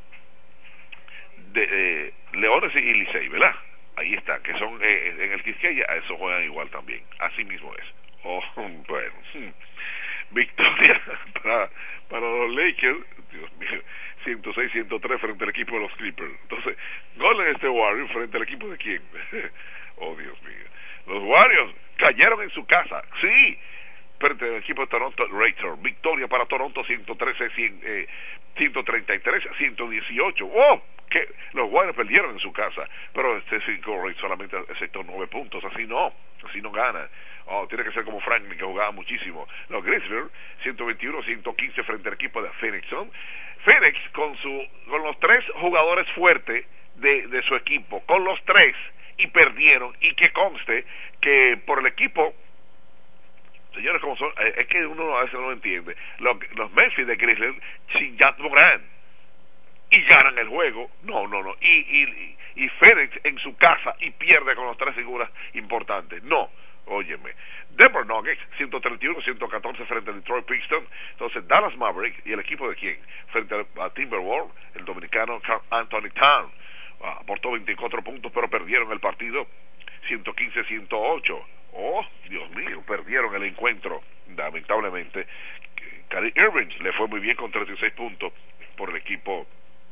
de eh, Leones y Licey, ¿verdad? Ahí están, que son eh, en el Quisqueya, a eso juegan igual también. Así mismo es. Oh, bueno, victoria para, para los Lakers. Dios mío, ciento seis a ciento tres frente al equipo de los Clippers. Entonces, Golden State Warriors frente al equipo de quién? Oh, Dios mío. Los Warriors cayeron en su casa, sí, frente al equipo de Toronto Raptors. Victoria para Toronto, ciento trece, cien, eh, ciento treinta y tres a ciento dieciocho. ¡Oh! Que los Warriors perdieron en su casa, pero este cinco Rey solamente aceptó nueve puntos. Así no, así no gana. Oh, tiene que ser como Franklin, que jugaba muchísimo. Los Grizzlies, ciento veintiuno a ciento quince frente al equipo de Phoenix. ¿no? Phoenix con su con los tres jugadores fuertes de, de su equipo, con los tres, y perdieron. Y que conste que por el equipo, señores, como son, eh, es que uno a veces no lo entiende. Los, los Memphis de Grizzlies sin Jack Morant, y ganan el juego. No, no, no. Y, y, y Phoenix en su casa y pierde con las tres figuras importantes. No, óyeme. Denver Nuggets, ciento treinta y uno a ciento catorce frente a Detroit Pistons. Entonces, Dallas Maverick, ¿y el equipo de quién? Frente a, a Timberwolves, el dominicano Karl Anthony Towns. Ah, aportó veinticuatro puntos, pero perdieron el partido, ciento quince a ciento ocho. Oh, Dios mío, perdieron el encuentro, lamentablemente. Kyrie Irving le fue muy bien con treinta y seis puntos por el equipo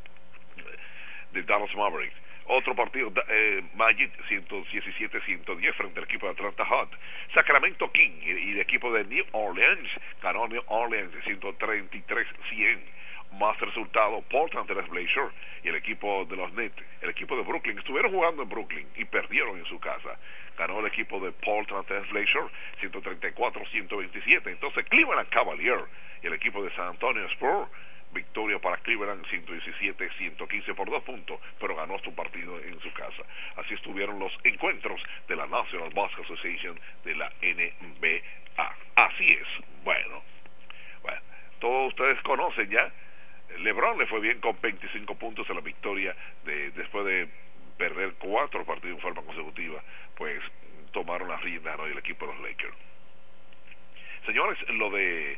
de Dallas Mavericks. Otro partido, eh, Magic, ciento diecisiete a ciento diez frente al equipo de Atlanta Hawks. Sacramento King y, y el equipo de New Orleans ganó New Orleans ciento treinta y tres a cien. Más resultado, Portland de los Blazers y el equipo de los Nets, el equipo de Brooklyn, estuvieron jugando en Brooklyn y perdieron en su casa. Ganó el equipo de Portland de los Blazers ciento treinta y cuatro a ciento veintisiete. Entonces Cleveland Cavaliers y el equipo de San Antonio Spurs, victoria para Cleveland, ciento diecisiete a ciento quince por dos puntos, pero ganó su partido en su casa. Así estuvieron los encuentros de la National Basketball Association de la N B A. Así es. Bueno, bueno, todos ustedes conocen ya. LeBron le fue bien con veinticinco puntos en la victoria de, después de perder cuatro partidos en forma consecutiva, pues tomaron las riendas, ¿no? Y el equipo de los Lakers. Señores, lo de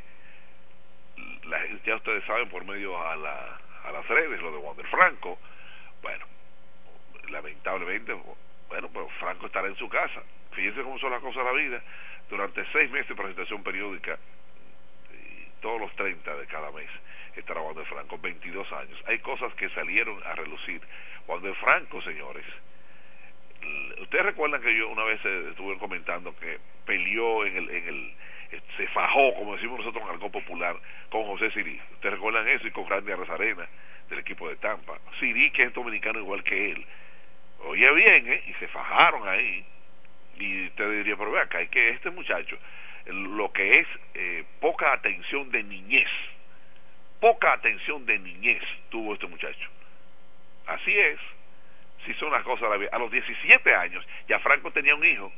la, ya ustedes saben por medio a, la, a las redes, lo de Wander Franco, bueno, lamentablemente, bueno, pues Franco estará en su casa. Fíjense cómo son las cosas de la vida. Durante seis meses de presentación periódica, y todos los treinta de cada mes, estará Wander Franco, veintidós años. Hay cosas que salieron a relucir. Wander Franco, señores, ustedes recuerdan que yo una vez estuve comentando que peleó en el, en el se fajó, como decimos nosotros en algo popular, con José Sirí. Ustedes recuerdan eso, y con Randy Arrasarena del equipo de Tampa. Sirí, que es dominicano igual que él. Oye bien, ¿eh? Y se fajaron ahí. Y usted diría, pero ve acá, es que este muchacho, lo que es eh, poca atención de niñez, poca atención de niñez tuvo este muchacho. Así es, si son las cosas de la vida. A los diecisiete años, ya Franco tenía un hijo,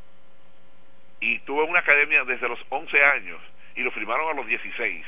y tuvo una academia desde los once años, y lo firmaron a los dieciséis.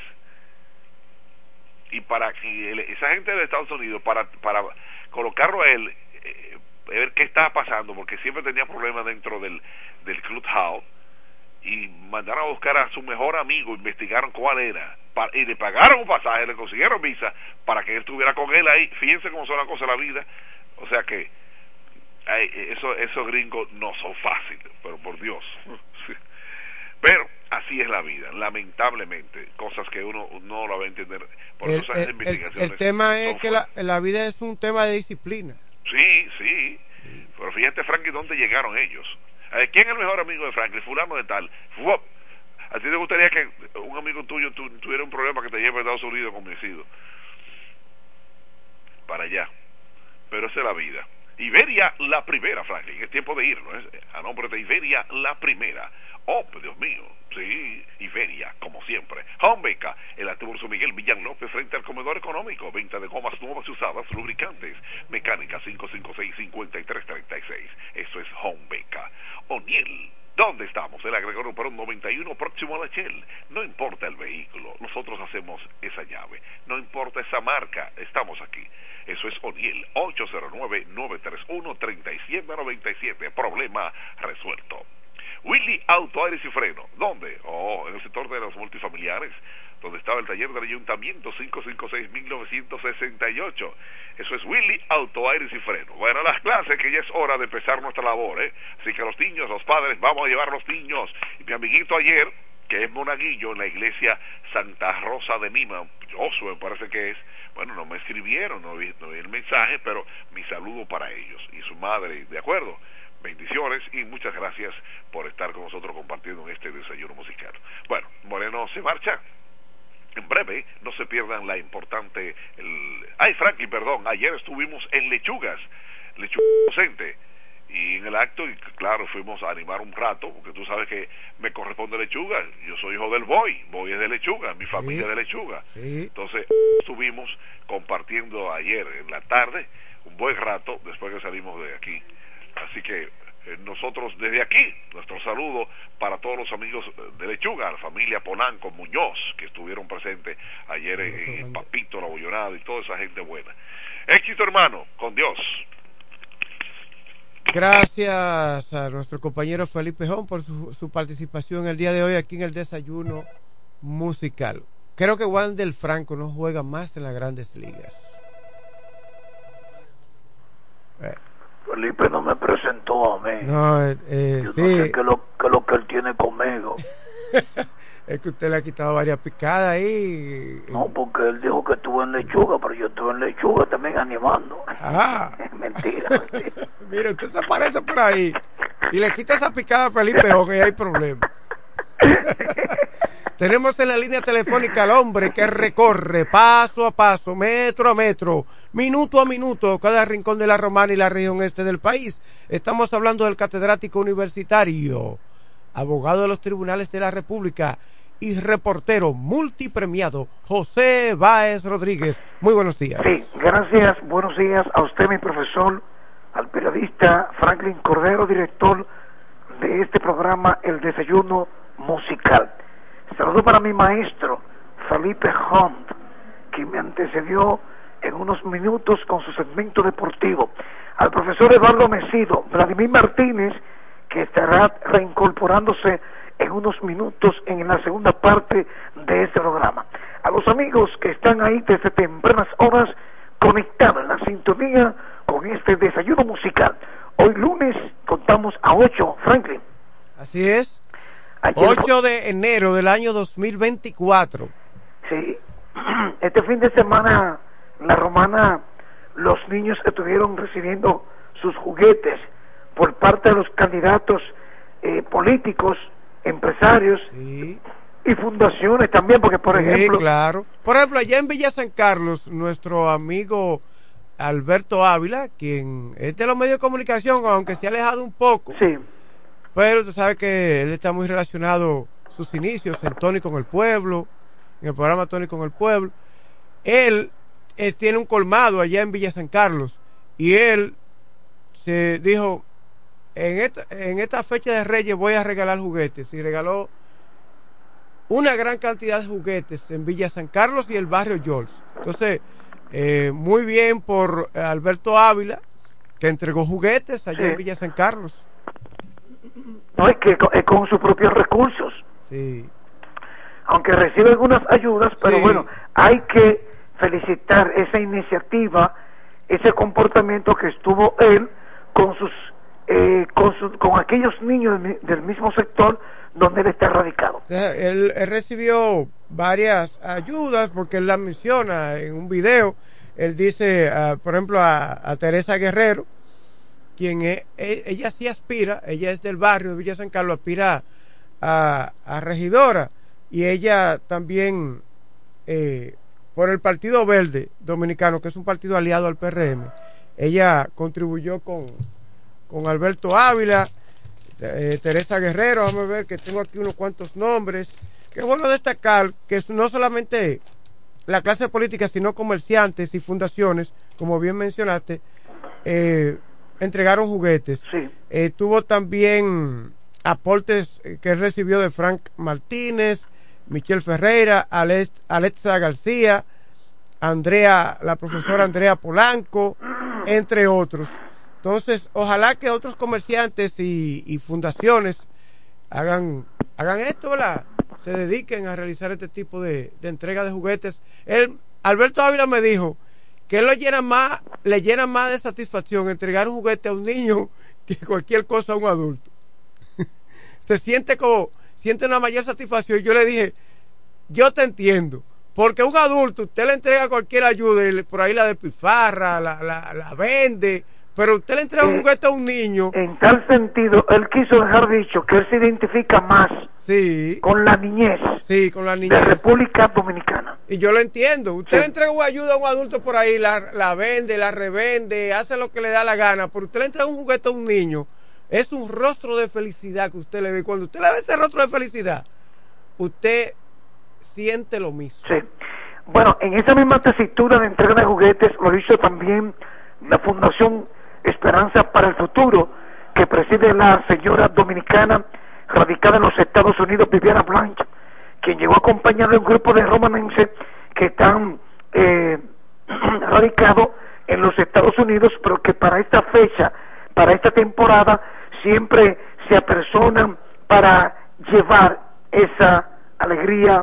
Y para que esa gente de Estados Unidos, para, para colocarlo a él, eh, ver qué estaba pasando, porque siempre tenía problemas dentro del, del clubhouse, y mandaron a buscar a su mejor amigo, investigaron cuál era, para, y le pagaron un pasaje, le consiguieron visa para que él estuviera con él ahí. Fíjense cómo son las cosas de la vida. O sea que ay, eso, esos gringos no son fáciles, pero por Dios. Pero así es la vida, lamentablemente, cosas que uno no lo va a entender. Por
el,
eso esas
el,
investigaciones
el, el tema es que la, la vida es un tema de disciplina.
Sí, sí, pero fíjate, Frankie, ¿dónde llegaron ellos? ¿Quién es el mejor amigo de Franklin? Fulano de tal. ¡Fuop! ¿A ti te gustaría que un amigo tuyo tu, tuviera un problema que te lleve a Estados Unidos convencido? Para allá. Pero esa es la vida. Iberia la primera, Franklin. Es tiempo de irnos. ¿eh? A nombre de Iberia la primera. Oh, Dios mío. Sí, Iberia, como siempre. Homebeca, el Altiburso Miguel Villan López frente al comedor económico. Venta de gomas nuevas y usadas, lubricantes. Mecánica cinco cinco seis, cinco tres tres seis. Eso es Homebeca. O'Neill, ¿dónde estamos? El agregado Perón noventa y uno, próximo a la Shell. No importa el vehículo, nosotros hacemos esa llave. No importa esa marca, estamos aquí. Eso es O'Neill, ocho cero nueve, nueve tres uno, tres siete nueve siete. Problema resuelto. Willy Auto, Aires y Freno. ¿Dónde? Oh, en el sector de los multifamiliares, donde estaba el taller del ayuntamiento, cinco cinco seis, mil novecientos sesenta y ocho. Eso es Willy Auto, Aires y Freno. Bueno, las clases, que ya es hora de empezar nuestra labor, ¿eh? Así que los niños, los padres, vamos a llevar a los niños. Y mi amiguito ayer, que es monaguillo en la iglesia Santa Rosa de Lima, Josué me parece que es. Bueno, no me escribieron, no vi, no vi el mensaje, pero mi saludo para ellos y su madre, ¿de acuerdo? Bendiciones y muchas gracias por estar con nosotros compartiendo en este desayuno musical. Bueno, Moreno se marcha. En breve, no se pierdan la importante... El... Ay, Franklin, perdón, ayer estuvimos en Lechugas, Lechuga Docente, y en el acto, y claro, fuimos a animar un rato, porque tú sabes que me corresponde Lechuga, yo soy hijo del Boy, Boy es de Lechuga, mi familia
sí.
de Lechuga,
sí.
Entonces estuvimos compartiendo ayer en la tarde, un buen rato, después que salimos de aquí, así que eh, nosotros desde aquí, nuestro saludo para todos los amigos de Lechuga, la familia Polanco, Muñoz, que estuvieron presentes ayer en, en Papito, La Bollonada y toda esa gente buena. Éxito, hermano, con Dios.
Gracias a nuestro compañero Felipe Jón por su, su participación el día de hoy aquí en el desayuno musical. Creo que Wander Franco no juega más en las grandes ligas.
Eh. Felipe no me presentó a mí.
No, eh, eh,
Yo
sí.
no sé qué es lo, qué lo que él tiene conmigo.
Es que usted le ha quitado varias picadas ahí.
No, porque él dijo que estuvo en Lechuga, pero yo estuve en Lechuga también animando.
Ah.
mentira, mentira.
Mira, usted se aparece por ahí y le quita esa picada a Felipe Jón y hay problema. Tenemos en la línea telefónica al hombre que recorre paso a paso, metro a metro, minuto a minuto, cada rincón de la Romana y la región este del país. Estamos hablando del catedrático universitario, abogado de los tribunales de la República y reportero multipremiado, José Báez Rodríguez. Muy buenos días.
Sí, gracias, buenos días a usted, mi profesor, al periodista Franklin Cordero, director de este programa El Desayuno Musical. Saludo para mi maestro Felipe Hunt, que me antecedió en unos minutos con su segmento deportivo. Al profesor Eduardo Mesido, Vladimir Martínez, que estará reincorporándose en unos minutos en la segunda parte de este programa. A los amigos que están ahí desde tempranas horas conectados en la sintonía con este desayuno musical. Hoy lunes contamos a ocho, Franklin.
Así es.
Ayer
ocho de enero del año dos mil veinticuatro.
Sí, este fin de semana la Romana, los niños estuvieron recibiendo sus juguetes por parte de los candidatos eh, políticos, empresarios
sí.
y fundaciones también, porque por
sí,
ejemplo...
claro. Por ejemplo, allá en Villa San Carlos, nuestro amigo Alberto Ávila, quien es de los medios de comunicación, aunque se ha alejado un poco,
sí.
pero usted sabe que él está muy relacionado, sus inicios en Tony con el Pueblo, en el programa Tony con el Pueblo. Él, él tiene un colmado allá en Villa San Carlos y él se dijo, en esta, en esta fecha de Reyes voy a regalar juguetes, y regaló una gran cantidad de juguetes en Villa San Carlos y el barrio George. Entonces, eh, muy bien por Alberto Ávila, que entregó juguetes allá sí. en Villa San Carlos.
No, es que es con sus propios recursos.
Sí.
Aunque recibe algunas ayudas, pero
sí.
bueno, hay que felicitar esa iniciativa, ese comportamiento que estuvo él con sus eh, con, su, con aquellos niños del, del mismo sector donde él está radicado.
O sea, él, él recibió varias ayudas porque él las menciona en un video. Él dice, uh, por ejemplo, a, a Teresa Guerrero, quien es, ella sí aspira, ella es del barrio de Villa San Carlos, aspira a, a regidora, y ella también eh, por el Partido Verde Dominicano, que es un partido aliado al P R M, ella contribuyó con, con Alberto Ávila, eh, Teresa Guerrero. Vamos a ver que tengo aquí unos cuantos nombres. Que es bueno destacar que no solamente la clase política, sino comerciantes y fundaciones, como bien mencionaste, eh, entregaron juguetes.
Sí.
Eh, tuvo también aportes que recibió de Frank Martínez, Michelle Ferreira, Alex, Alexa García, Andrea, la profesora Andrea Polanco, entre otros. Entonces, ojalá que otros comerciantes y, y fundaciones hagan hagan esto, ¿verdad? Se dediquen a realizar este tipo de, de entrega de juguetes. Él, Alberto Ávila me dijo que él lo llena más, le llena más de satisfacción entregar un juguete a un niño que cualquier cosa a un adulto. Se siente como, siente una mayor satisfacción. Y yo le dije, yo te entiendo, porque un adulto, usted le entrega cualquier ayuda y por ahí la despilfarra, la, la, la vende, pero usted le entrega un juguete a un niño.
En tal sentido, él quiso dejar dicho que él se identifica más
sí,
con la niñez,
sí, con la niñez
de República Dominicana.
Y yo lo entiendo. Usted
sí.
le entrega una ayuda a un adulto por ahí, la, la vende, la revende, hace lo que le da la gana, pero usted le entrega un juguete a un niño, es un rostro de felicidad que usted le ve. Cuando usted le ve ese rostro de felicidad, usted siente lo mismo.
Sí. Bueno, en esa misma tesitura de entrega de juguetes lo hizo también la Fundación Esperanza para el Futuro, que preside la señora dominicana radicada en los Estados Unidos, Viviana Blanche, quien llegó acompañada de un grupo de romanenses que están eh, radicados en los Estados Unidos, pero que para esta fecha, para esta temporada, siempre se apersonan para llevar esa alegría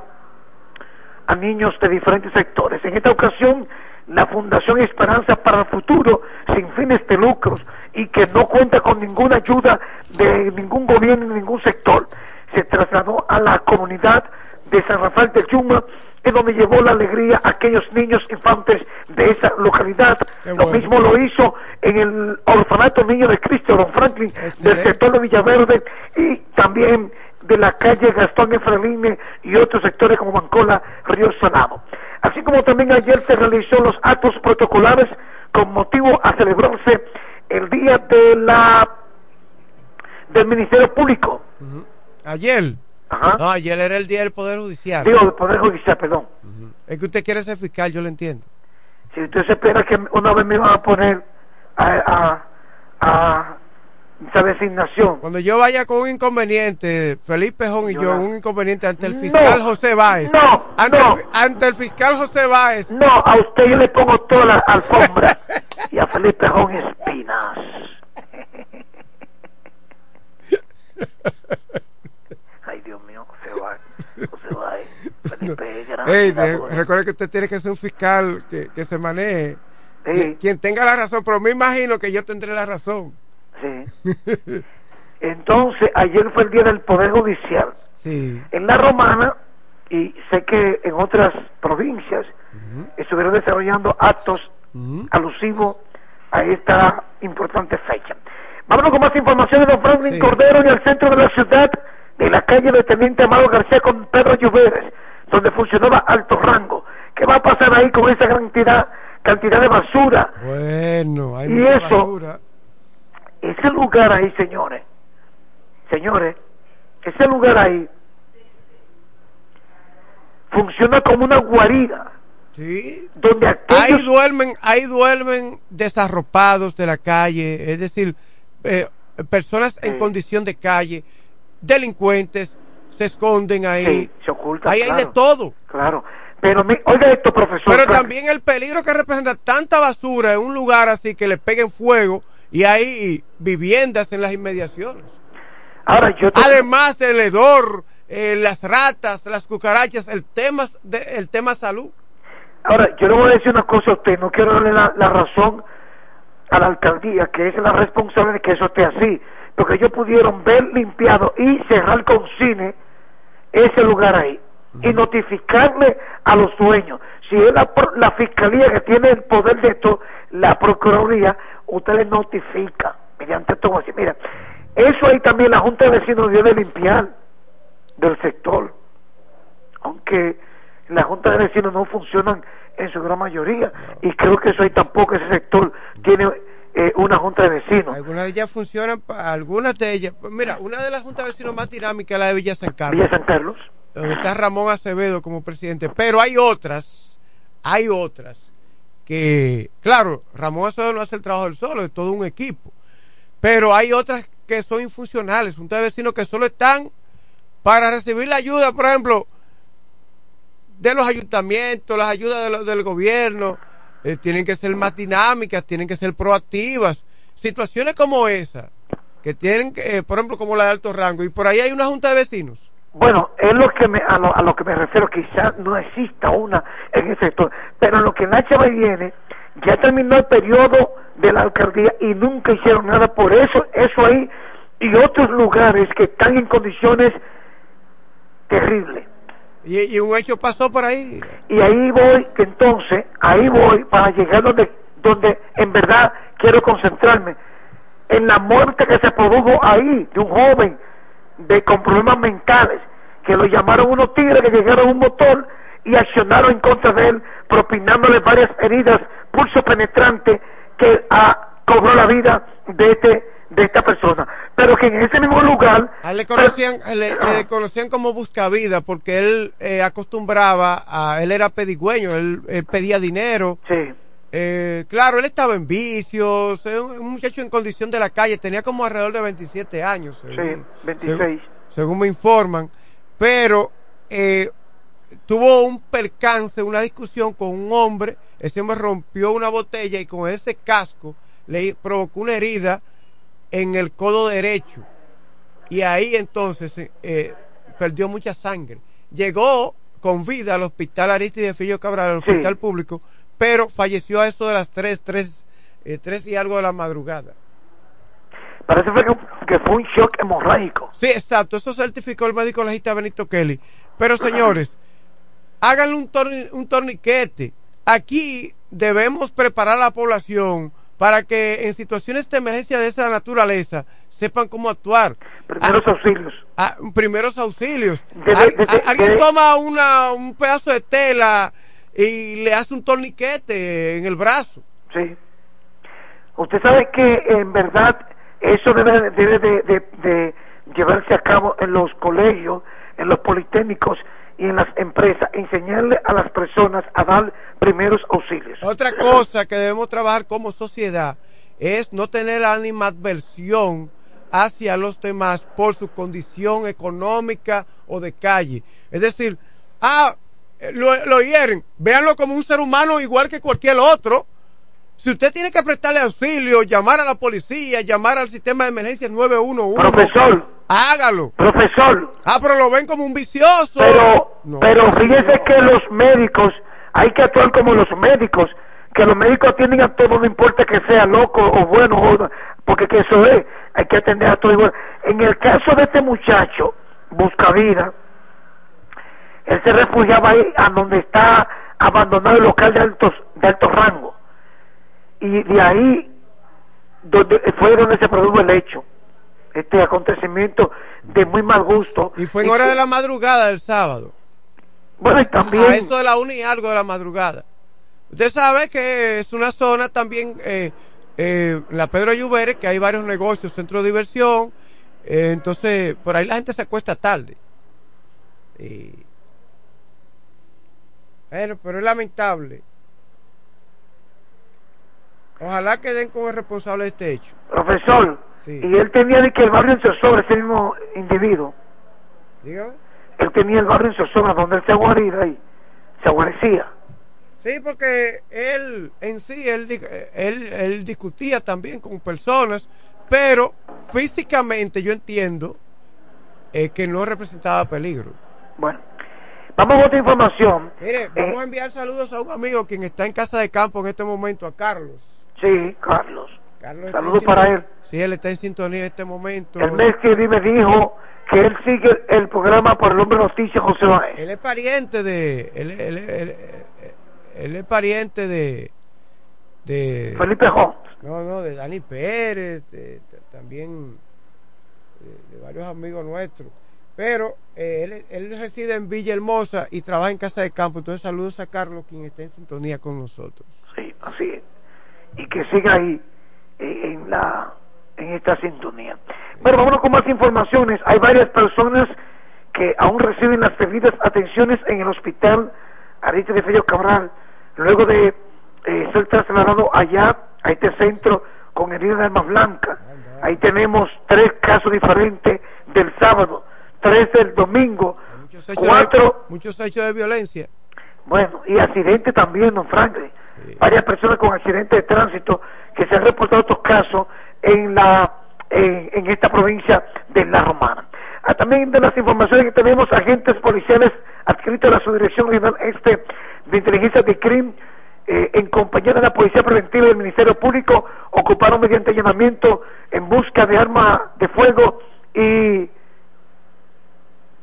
a niños de diferentes sectores. En esta ocasión, la Fundación Esperanza para el Futuro, sin fines de lucros y que no cuenta con ninguna ayuda de ningún gobierno ni ningún sector, se trasladó a la comunidad de San Rafael del Yuma, en donde llevó la alegría a aquellos niños infantes de esa localidad. Bueno. Lo mismo lo hizo en el orfanato Niño de Cristo, Don Franklin, excelente, del sector de Villaverde, y también de la calle Gastón Efraín y otros sectores como Mancola, Río Salado. Así como también ayer se realizó los actos protocolares con motivo a celebrarse el día de la del Ministerio Público.
Uh-huh. Ayer.
Ajá.
No, ayer era el día del Poder Judicial.
Digo, del Poder Judicial, perdón.
Uh-huh. Es que usted quiere ser fiscal, yo lo entiendo.
Si usted se espera que una vez me van a poner a, a, a esa designación.
Cuando yo vaya con un inconveniente, Felipe Pejón y yo, yo un inconveniente ante el fiscal no, José Báez.
No,
ante,
no.
El, ante el fiscal José Báez.
No, a usted yo le pongo toda la alfombra y a Felipe Pejón espinas. Ay, Dios mío, José Báez, José Báez, Felipe,
no. Ey, de, recuerde que usted tiene que ser un fiscal que, que se maneje, sí, que, quien tenga la razón, pero me imagino que yo tendré la razón.
Sí. Entonces, ayer fue el día del Poder Judicial.
Sí.
En la Romana, y sé que en otras provincias uh-huh. estuvieron desarrollando actos uh-huh. alusivos a esta importante fecha. Vámonos con más información de don Franklin sí. Cordero en el centro de la ciudad, de la calle de Teniente Amado García con Pedro Lluveres, donde funcionaba Alto Rango. ¿Qué va a pasar ahí con esa cantidad, cantidad de basura?
Bueno, hay
y
mucha
eso,
basura.
Ese lugar ahí, señores, señores, ese lugar ahí funciona como una guarida.
Sí.
Donde aquellos...
ahí duermen, ahí duermen desarropados de la calle, es decir, eh, personas sí. en condición de calle, delincuentes, se esconden ahí,
sí, se ocultan,
ahí
claro,
hay de todo.
Claro. Pero mi, oiga esto, profesor.
Pero Frank, también el peligro que representa tanta basura en un lugar así que le peguen fuego y hay viviendas en las inmediaciones.
Ahora yo te...
además del hedor, eh, las ratas, las cucarachas, el tema de, el tema salud.
Ahora yo le voy a decir una cosa a usted, no quiero darle la, la razón a la alcaldía, que es la responsable de que eso esté así, porque ellos pudieron ver limpiado y cerrar con cine ese lugar ahí uh-huh. y notificarle a los dueños. Si es la, la fiscalía que tiene el poder de esto, la procuraduría, usted le notifica mediante todo así. Mira, eso ahí también la Junta de Vecinos debe limpiar del sector, aunque la Junta de Vecinos no funcionan en su gran mayoría, y creo que eso ahí tampoco, ese sector tiene eh, una Junta de Vecinos.
Algunas de ellas funcionan, algunas de ellas, mira, una de las Juntas de Vecinos más dinámicas es la de Villa San Carlos.
Villa San Carlos.
Donde está Ramón Acevedo como presidente, pero hay otras, hay otras que, claro, Ramón Acevedo no hace el trabajo del solo, es todo un equipo, pero hay otras que son infuncionales, Juntas de Vecinos que solo están para recibir la ayuda, por ejemplo, de los ayuntamientos, las ayudas de lo, del gobierno, eh, tienen que ser más dinámicas, tienen que ser proactivas. Situaciones como esa, que tienen, eh, por ejemplo, como la de Alto Rango, y por ahí hay una Junta de Vecinos.
Bueno, es lo que me, a, lo, a lo que me refiero, quizás no exista una en ese sector, pero en lo que Nacha va y viene, ya terminó el periodo de la alcaldía y nunca hicieron nada por eso, eso ahí, y otros lugares que están en condiciones terrible.
Y, y un hecho pasó por ahí.
Y ahí voy, que entonces, ahí voy para llegar donde, donde en verdad quiero concentrarme. En la muerte que se produjo ahí, de un joven de, con problemas mentales, que lo llamaron unos tigres que llegaron a un motor y accionaron en contra de él, propinándole varias heridas, pulso penetrante, que ah, cobró la vida de este de esta persona, pero que en ese mismo lugar
a él le conocían pero, le, le conocían como buscavida porque él eh, acostumbraba a él era pedigüeño, él, él pedía dinero.
Sí.
Eh, claro, él estaba en vicios, un muchacho en condición de la calle, tenía como alrededor de veintisiete años, según,
sí, veintiséis,
según, según me informan, pero eh, tuvo un percance, una discusión con un hombre, ese hombre rompió una botella y con ese casco le provocó una herida en el codo derecho y ahí entonces eh, perdió mucha sangre. Llegó con vida al hospital Arístides Fillo Cabral, al hospital sí. público, pero falleció a eso de las tres, tres, eh, tres y algo de la madrugada.
Parece que, que fue un shock hemorrágico.
Sí, exacto, eso certificó el médico legista Benito Kelly. Pero señores, háganle un, torni, un torniquete. Aquí debemos preparar a la población para que en situaciones de emergencia de esa naturaleza sepan cómo actuar.
Primeros ah, auxilios.
Ah, primeros auxilios. De, de, de, de, Alguien de, toma una, un pedazo de tela y le hace un torniquete en el brazo.
Sí. Usted sabe que en verdad eso debe, debe de, de, de llevarse a cabo en los colegios, en los politécnicos y en las empresas, enseñarle a las personas a dar primeros auxilios.
Otra cosa que debemos trabajar como sociedad es no tener animadversión hacia los demás por su condición económica o de calle. Es decir, ah, lo, lo hieren, véanlo como un ser humano igual que cualquier otro. Si usted tiene que prestarle auxilio, llamar a la policía, llamar al sistema de emergencia nueve uno uno,
profesor,
hágalo.
Profesor.
Ah, pero lo ven como un vicioso.
Pero,
no,
pero fíjese no. que los médicos, hay que actuar como los médicos, que los médicos atienden a todo, no importa que sea loco o bueno, o, porque que eso es, hay que atender a todo igual. En el caso de este muchacho, Buscavida, él se refugiaba ahí a donde está abandonado el local de altos, de alto rango. Y de ahí donde fue donde se produjo el hecho, este acontecimiento de muy mal gusto.
Y fue en hora de la madrugada del sábado.
Bueno, y también
a eso de la una y algo de la madrugada. Usted sabe que es una zona también, eh, eh, la Pedro Lluveres, que hay varios negocios, centro de diversión, eh, entonces por ahí la gente se acuesta tarde. Y... Bueno, pero es lamentable. Ojalá que den con el responsable de este hecho.
Profesor, sí. Y él tenía de que el barrio en Sosobra, ese mismo individuo.
Dígame.
Él tenía el barrio en Sosobra donde él se aguarida ahí, se aguarecía.
Sí, porque él en sí, él, él, él discutía también con personas, pero físicamente yo entiendo eh, que no representaba peligro.
Bueno, vamos a otra información.
Mire, vamos eh, a enviar saludos a un amigo quien está en casa de campo en este momento, a Carlos.
Sí, Carlos.
Carlos
saludos para él.
Sí, él está en sintonía en este momento.
El mes que vive dijo que él sigue el programa por el Hombre Noticias José Báez.
Él es pariente de... Él, él, él, él, él es pariente de... de
Felipe Holmes.
No, no, de Dani Pérez, de, de, también de, de varios amigos nuestros. Pero eh, él, él reside en Villahermosa y trabaja en casa de campo. Entonces saludos a Carlos, quien está en sintonía con nosotros.
Sí, así es. Y que siga ahí eh, en la en esta sintonía. Bueno, vámonos con más informaciones. Hay varias personas que aún reciben las debidas atenciones en el hospital Arístides Fillo Cabral, luego de eh, ser trasladado allá a este centro con heridas de arma blanca. Ahí tenemos tres casos diferentes del sábado, tres del domingo,
muchos hechos
cuatro
de, muchos hechos de violencia.
Bueno, y accidentes también, don Franklin. Sí. Varias personas con accidentes de tránsito que se han reportado estos casos en la en, en esta provincia de La Romana. Ah, también de las informaciones que tenemos, agentes policiales adscritos a la Subdirección Regional Este de Inteligencia de Crimen, eh, en compañía de la Policía Preventiva y del Ministerio Público, ocuparon mediante allanamiento en busca de arma de fuego y, y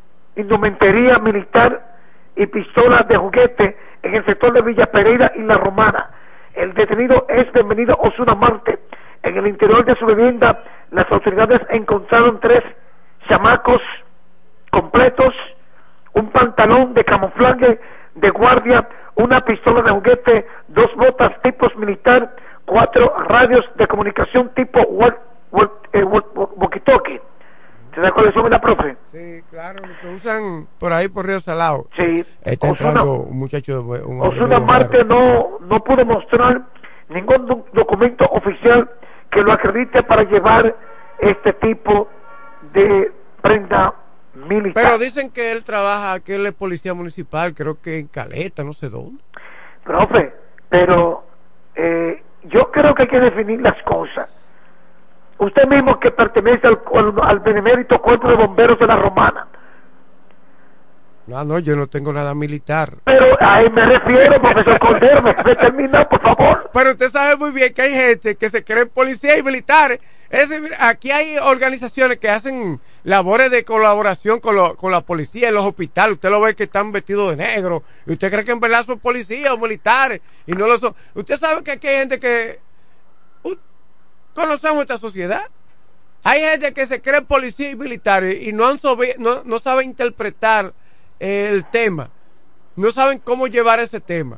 indumentería militar y pistolas de juguete en el sector de Villa Pereira y La Romana. El detenido es bienvenido Osuna Marte. En el interior de su vivienda, las autoridades encontraron tres chamacos completos, un pantalón de camuflaje de guardia, una pistola de juguete, dos botas tipos militar, cuatro radios de comunicación tipo walk, walk, eh, walk, walk, walkie-talkie. ¿Se da cuáles son, la profe?
Sí, claro, lo que usan por ahí por Río Salado.
Sí.
Está entrando un muchacho, un
Osuna Marte no, no pudo mostrar ningún do documento oficial que lo acredite para llevar este tipo de prenda militar.
Pero dicen que él trabaja, que él es policía municipal, creo que en Caleta, no sé dónde.
Profe, pero eh, yo creo que hay que definir las cosas. Usted mismo que pertenece al, al, al benemérito Cuerpo de Bomberos de La Romana.
No, no, yo no tengo nada militar.
Pero a él me refiero, profesor Cordero, me puede terminar, por favor.
Pero usted sabe muy bien que hay gente que se creen policías y militares. Es decir, aquí hay organizaciones que hacen labores de colaboración con, lo, con la policía en los hospitales. Usted lo ve que están vestidos de negro. Y usted cree que en verdad son policías o militares. Y no lo son. Usted sabe que aquí hay gente que... Uh, conocemos esta sociedad. Hay gente que se cree policías y militares y no, han sobe, no, no saben interpretar el tema, no saben cómo llevar ese tema,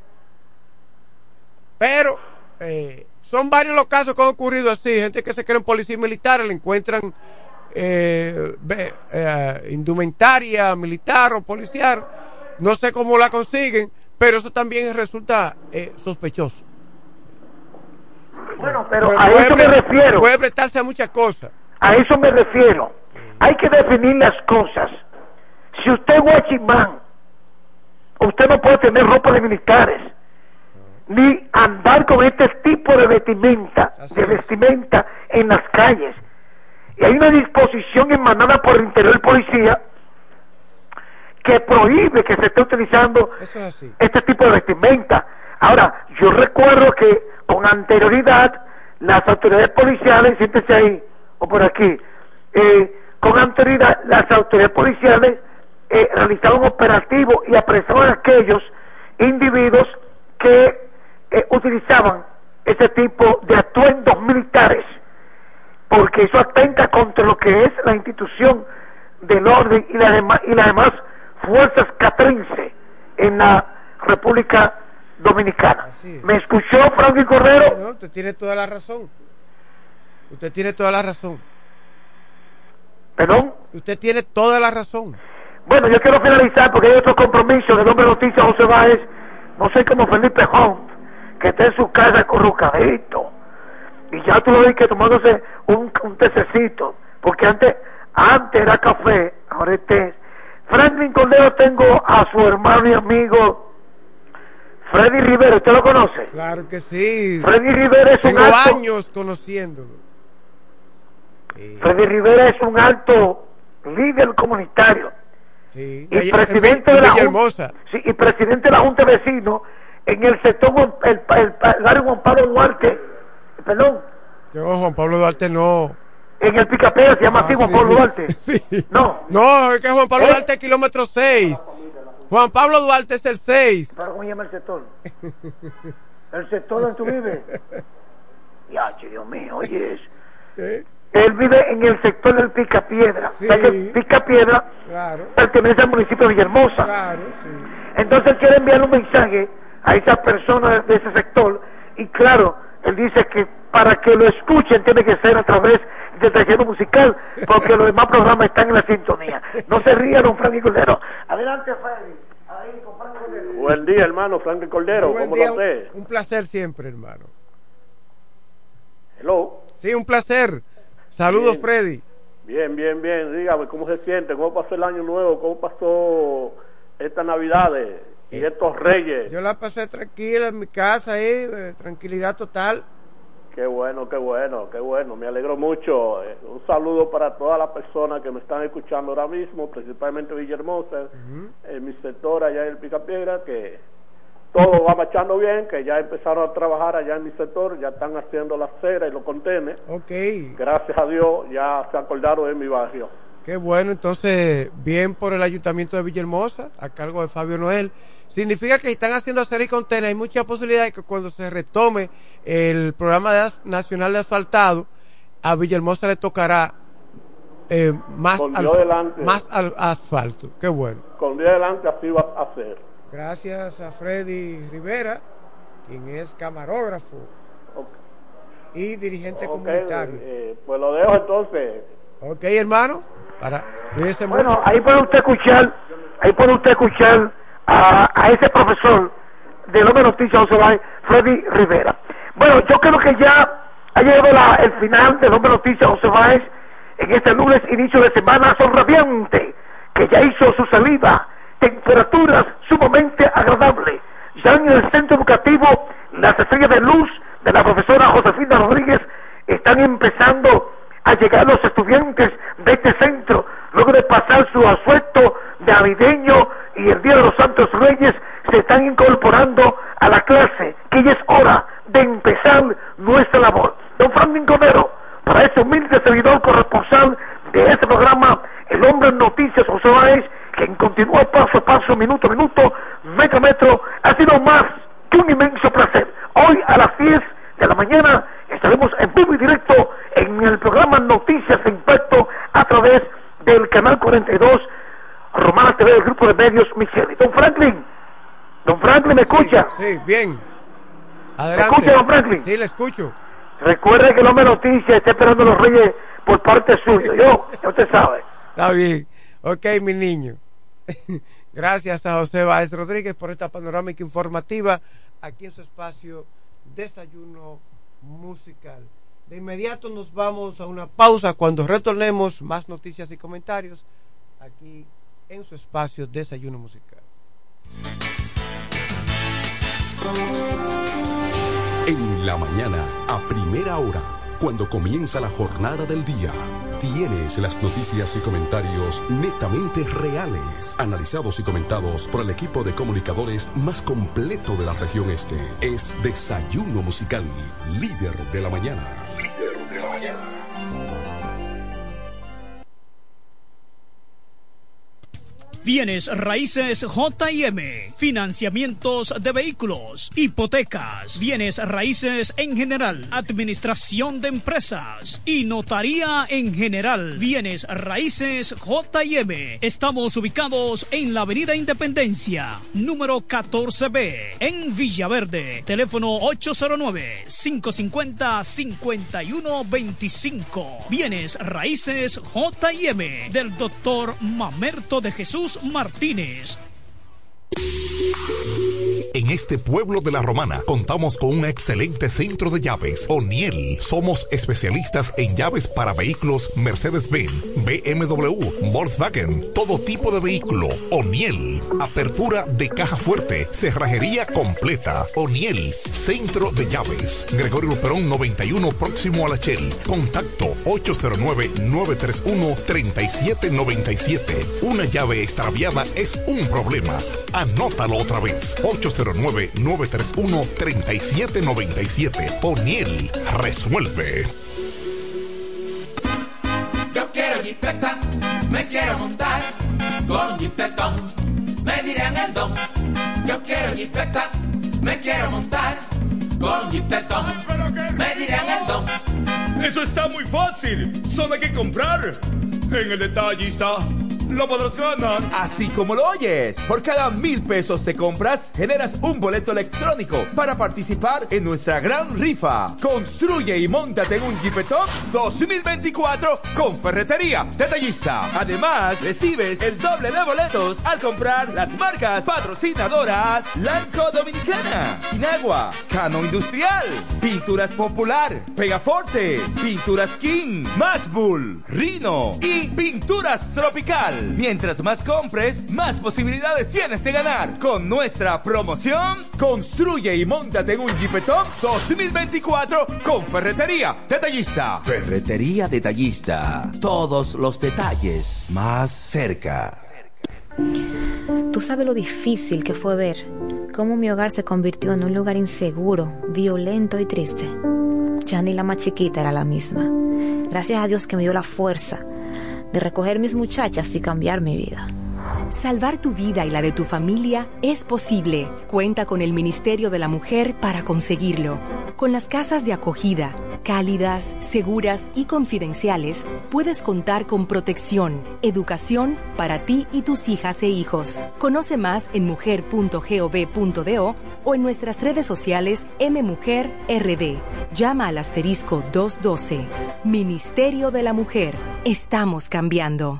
pero eh, son varios los casos que han ocurrido así, gente que se creen policías militares, le encuentran eh, eh, indumentaria militar o policial, no sé cómo la consiguen, pero eso también resulta eh, sospechoso.
Bueno, pero a eso me refiero.
Puede prestarse a muchas cosas.
A eso me refiero. Hay que definir las cosas. Si usted es guachimán, usted no puede tener ropa de militares, ni andar con este tipo de vestimenta, de vestimenta en las calles. Y hay una disposición emanada por el interior del policía que prohíbe que se esté utilizando este tipo de vestimenta. Ahora, yo recuerdo que con anterioridad las autoridades policiales, siéntese ahí o por aquí, eh, con anterioridad las autoridades policiales Eh, realizaron operativos y apresaron a aquellos individuos que eh, utilizaban ese tipo de atuendos militares, porque eso atenta contra lo que es la institución del orden y, la dema, y las demás fuerzas catrense en la República Dominicana. ¿Me escuchó, Franklin Cordero?
No, usted tiene toda la razón. Usted tiene toda la razón.
¿Perdón?
Usted tiene toda la razón.
Bueno, yo quiero finalizar porque hay otro compromiso del hombre de noticias José Báez, no sé como Felipe Hunt, que está en su casa corrucadito, y ya tú lo ves que tomándose un, un tececito, porque antes antes era café, ahora es té. Franklin Cordero, tengo a su hermano y amigo Freddy Rivera, ¿usted lo conoce?
Claro que sí.
Freddy Rivera es
tengo
un alto...
años conociéndolo.
Sí. Freddy Rivera es un alto líder comunitario.
Sí,
y, presidente de la Junta, sí, y presidente de la Junta de Vecinos en el sector el, el, el, el barrio Juan Pablo Duarte, perdón.
Yo, Juan Pablo Duarte no.
En el Picapea se llama ah, así Juan sí, Pablo Duarte.
Sí.
No.
No, es que Juan Pablo ¿Eh? Duarte es kilómetro seis. Juan Pablo Duarte es el seis.
¿Para cómo se llama el sector? El sector donde tú vives. Ya, Dios mío, oye eso. ¿Eh? Él vive en el sector del Picapiedra. Sí. El Picapiedra claro. pertenece al municipio de Villahermosa. Claro, sí. Entonces él quiere enviar un mensaje a esas personas de ese sector. Y claro, él dice que para que lo escuchen tiene que ser a través del Trayecto Musical, porque los demás programas están en la sintonía. No se ría, don Franklin Cordero. Adelante, Freddy. Ahí, con Franklin Cordero.
Buen día, hermano Franklin Cordero.
Buen
¿Cómo
día,
lo hace?
Un placer siempre, hermano.
Hello.
Sí, un placer. Saludos, bien. Freddy.
Bien, bien, bien. Dígame, ¿cómo se siente? ¿Cómo pasó el año nuevo? ¿Cómo pasó estas Navidades y estos Reyes?
Yo la pasé tranquila en mi casa ahí, eh, tranquilidad total.
Qué bueno, qué bueno, qué bueno. Me alegro mucho. Eh, un saludo para todas las personas que me están escuchando ahora mismo, principalmente Villahermosa, uh-huh. en mi sector allá en el Picapiedra, que todo va marchando bien, que ya empezaron a trabajar allá en mi sector, ya están haciendo la acera y los contenes.
Ok.
Gracias a Dios ya se acordaron de mi barrio.
Qué bueno, entonces, bien por el Ayuntamiento de Villahermosa, a cargo de Fabio Noel. Significa que están haciendo hacer y contener. Hay mucha posibilidad de que cuando se retome el programa de as- nacional de asfaltado, a Villahermosa le tocará eh, más,
Con
al-
Dios delante.
más al- asfalto. Qué bueno.
Con Dios delante así va a ser.
Gracias a Freddy Rivera, quien es camarógrafo y dirigente
Ok,
comunitario.
eh, pues lo dejo entonces.
Ok, hermano, para cuídese
Bueno,
mucho.
ahí puede usted escuchar, ahí puede usted escuchar a, a ese profesor de Hombre Noticias José Báez, Freddy Rivera. Bueno, yo creo que ya ha llegado la, el final del Hombre Noticias José Báez en este lunes, inicio de semana son radiante, que ya hizo su salida, temperaturas sumamente agradables. Ya en el centro educativo, las estrellas de luz de la profesora Josefina Rodríguez están empezando a llegar los estudiantes de este centro, luego de pasar su asueto navideño y el Día de los Santos Reyes, se están incorporando a la clase, que ya es hora de empezar nuestra labor. Don Franklin Cordero, para este humilde servidor corresponsal de este programa, el hombre en noticias José Báez, quien continúa paso a paso, minuto a minuto, metro a metro, ha sido más que un inmenso placer. Hoy a las diez de la mañana estaremos en vivo y directo en el programa Noticias de Impacto a través del canal cuarenta y dos, Romana T V, del grupo de medios Micheli. Don Franklin, Don Franklin, ¿me escucha?
Sí, sí, bien. Adelante.
¿Me escucha, Don Franklin?
Sí, le escucho.
Recuerde que el hombre Noticias está esperando a los reyes por parte suya. Yo, ya usted sabe.
Está bien. Ok, mi niño. Gracias a José Báez Rodríguez por esta panorámica informativa aquí en su espacio Desayuno Musical. De inmediato nos vamos a una pausa. Cuando retornemos, más noticias y comentarios aquí en su espacio Desayuno Musical.
En la mañana, a primera hora, cuando comienza la jornada del día, tienes las noticias y comentarios netamente reales, analizados y comentados por el equipo de comunicadores más completo de la región este. Es Desayuno Musical, líder de la mañana. Líder de la mañana.
Bienes Raíces J y M, financiamientos de vehículos, hipotecas, bienes raíces en general, administración de empresas y notaría en general. Bienes Raíces J y M. Estamos ubicados en la Avenida Independencia, número catorce B, en Villaverde. Teléfono ocho cero nueve, cinco cinco cero, cinco uno dos cinco. Bienes Raíces J y M del doctor Mamerto de Jesús Martínez.
En este pueblo de la Romana contamos con un excelente centro de llaves, O'Neill. Somos especialistas en llaves para vehículos Mercedes-Benz, B M W, Volkswagen, todo tipo de vehículo. O'Neill. Apertura de caja fuerte, cerrajería completa. O'Neill, centro de llaves. Gregorio Luperón noventa y uno, próximo a la Shell. Contacto ocho cero nueve, nueve tres uno, tres siete nueve siete. Una llave extraviada es un problema. Anótalo otra vez. ocho cero nueve, nueve tres uno, tres siete nueve siete. O'Neill resuelve.
Yo quiero jipeta, me quiero montar con jipetón, me dirán el don. Yo quiero jipeta, me quiero montar con jipetón, me dirán el don.
Eso está muy fácil, solo hay que comprar. En el Detallista lo podrás ganar.
Así como lo oyes, por cada mil pesos de compras generas un boleto electrónico para participar en nuestra gran rifa. Construye y móntate en un Jeepetop dos mil veinticuatro con Ferretería Detallista. Además, recibes el doble de boletos al comprar las marcas patrocinadoras Lanco Dominicana, Inagua, Cano Industrial, Pinturas Popular, Pegaforte, Pinturas King, Masbull, Rino y Pinturas Tropical. Mientras más compres, más posibilidades tienes de ganar. Con nuestra promoción, construye y móntate en un Jeepetop dos mil veinticuatro con Ferretería Detallista.
Ferretería Detallista. Todos los detalles más cerca.
Tú sabes lo difícil que fue ver cómo mi hogar se convirtió en un lugar inseguro, violento y triste. Ya ni la más chiquita era la misma. Gracias a Dios que me dio la fuerza de recoger mis muchachas y cambiar mi vida.
Salvar tu vida y la de tu familia es posible. Cuenta con el Ministerio de la Mujer para conseguirlo. Con las casas de acogida, cálidas, seguras y confidenciales, puedes contar con protección, educación para ti y tus hijas e hijos. Conoce más en mujer punto gov punto do o en nuestras redes sociales mmujerrd. Llama al asterisco doscientos doce. Ministerio de la Mujer. Estamos cambiando.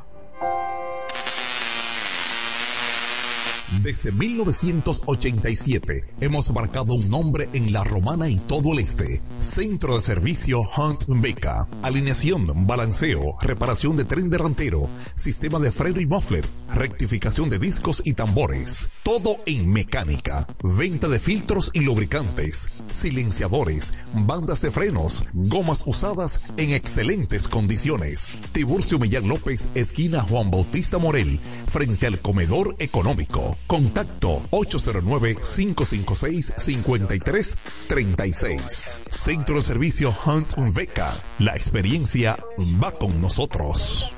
Desde mil novecientos ochenta y siete hemos marcado un nombre en La Romana y todo el este. Centro de Servicio Hunt Beca. Alineación, balanceo, reparación de tren delantero, sistema de freno y muffler, rectificación de discos y tambores. Todo en mecánica. Venta de filtros y lubricantes, silenciadores, bandas de frenos, gomas usadas en excelentes condiciones. Tiburcio Millán López, esquina Juan Bautista Morel, frente al comedor económico. Contacto ocho cero nueve, cinco cinco seis, cinco tres tres seis. Centro de Servicio Hunt Beca. La experiencia va con nosotros.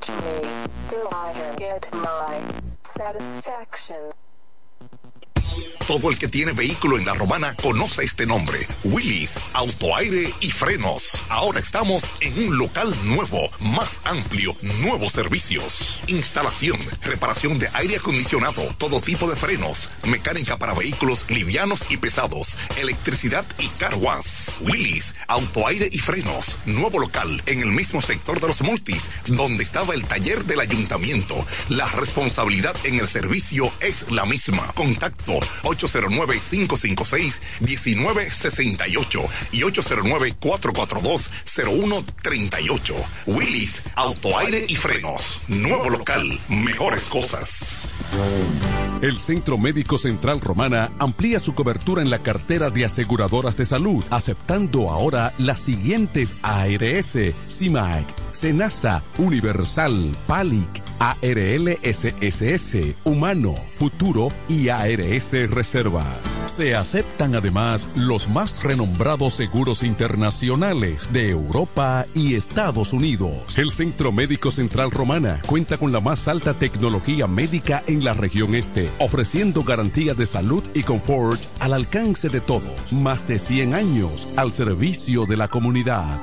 Todo el que tiene vehículo en La Romana conoce este nombre: Willys Autoaire y Frenos. Ahora estamos en un local nuevo, más amplio, nuevos servicios: instalación, reparación de aire acondicionado, todo tipo de frenos, mecánica para vehículos livianos y pesados, electricidad y car wash. Willys Autoaire y Frenos, nuevo local en el mismo sector de los Multis, donde estaba el taller del ayuntamiento. La responsabilidad en el servicio es la misma. Contacto ocho cero nueve, cinco cinco seis, uno nueve seis ocho y ocho cero nueve, cuatro cuatro dos, cero uno tres ocho. Willys Autoaire y Frenos. Nuevo local, mejores cosas.
El Centro Médico Central Romana amplía su cobertura en la cartera de aseguradoras de salud, aceptando ahora las siguientes A R S, CIMAC, SENASA, Universal, PALIC, A R L S S S, Humano, Futuro y A R S Reservas. Se aceptan además los más renombrados seguros internacionales de Europa y Estados Unidos. El Centro Médico Central Romana cuenta con la más alta tecnología médica en la región este, ofreciendo garantía de salud y confort al alcance de todos. Más de cien años al servicio de la comunidad.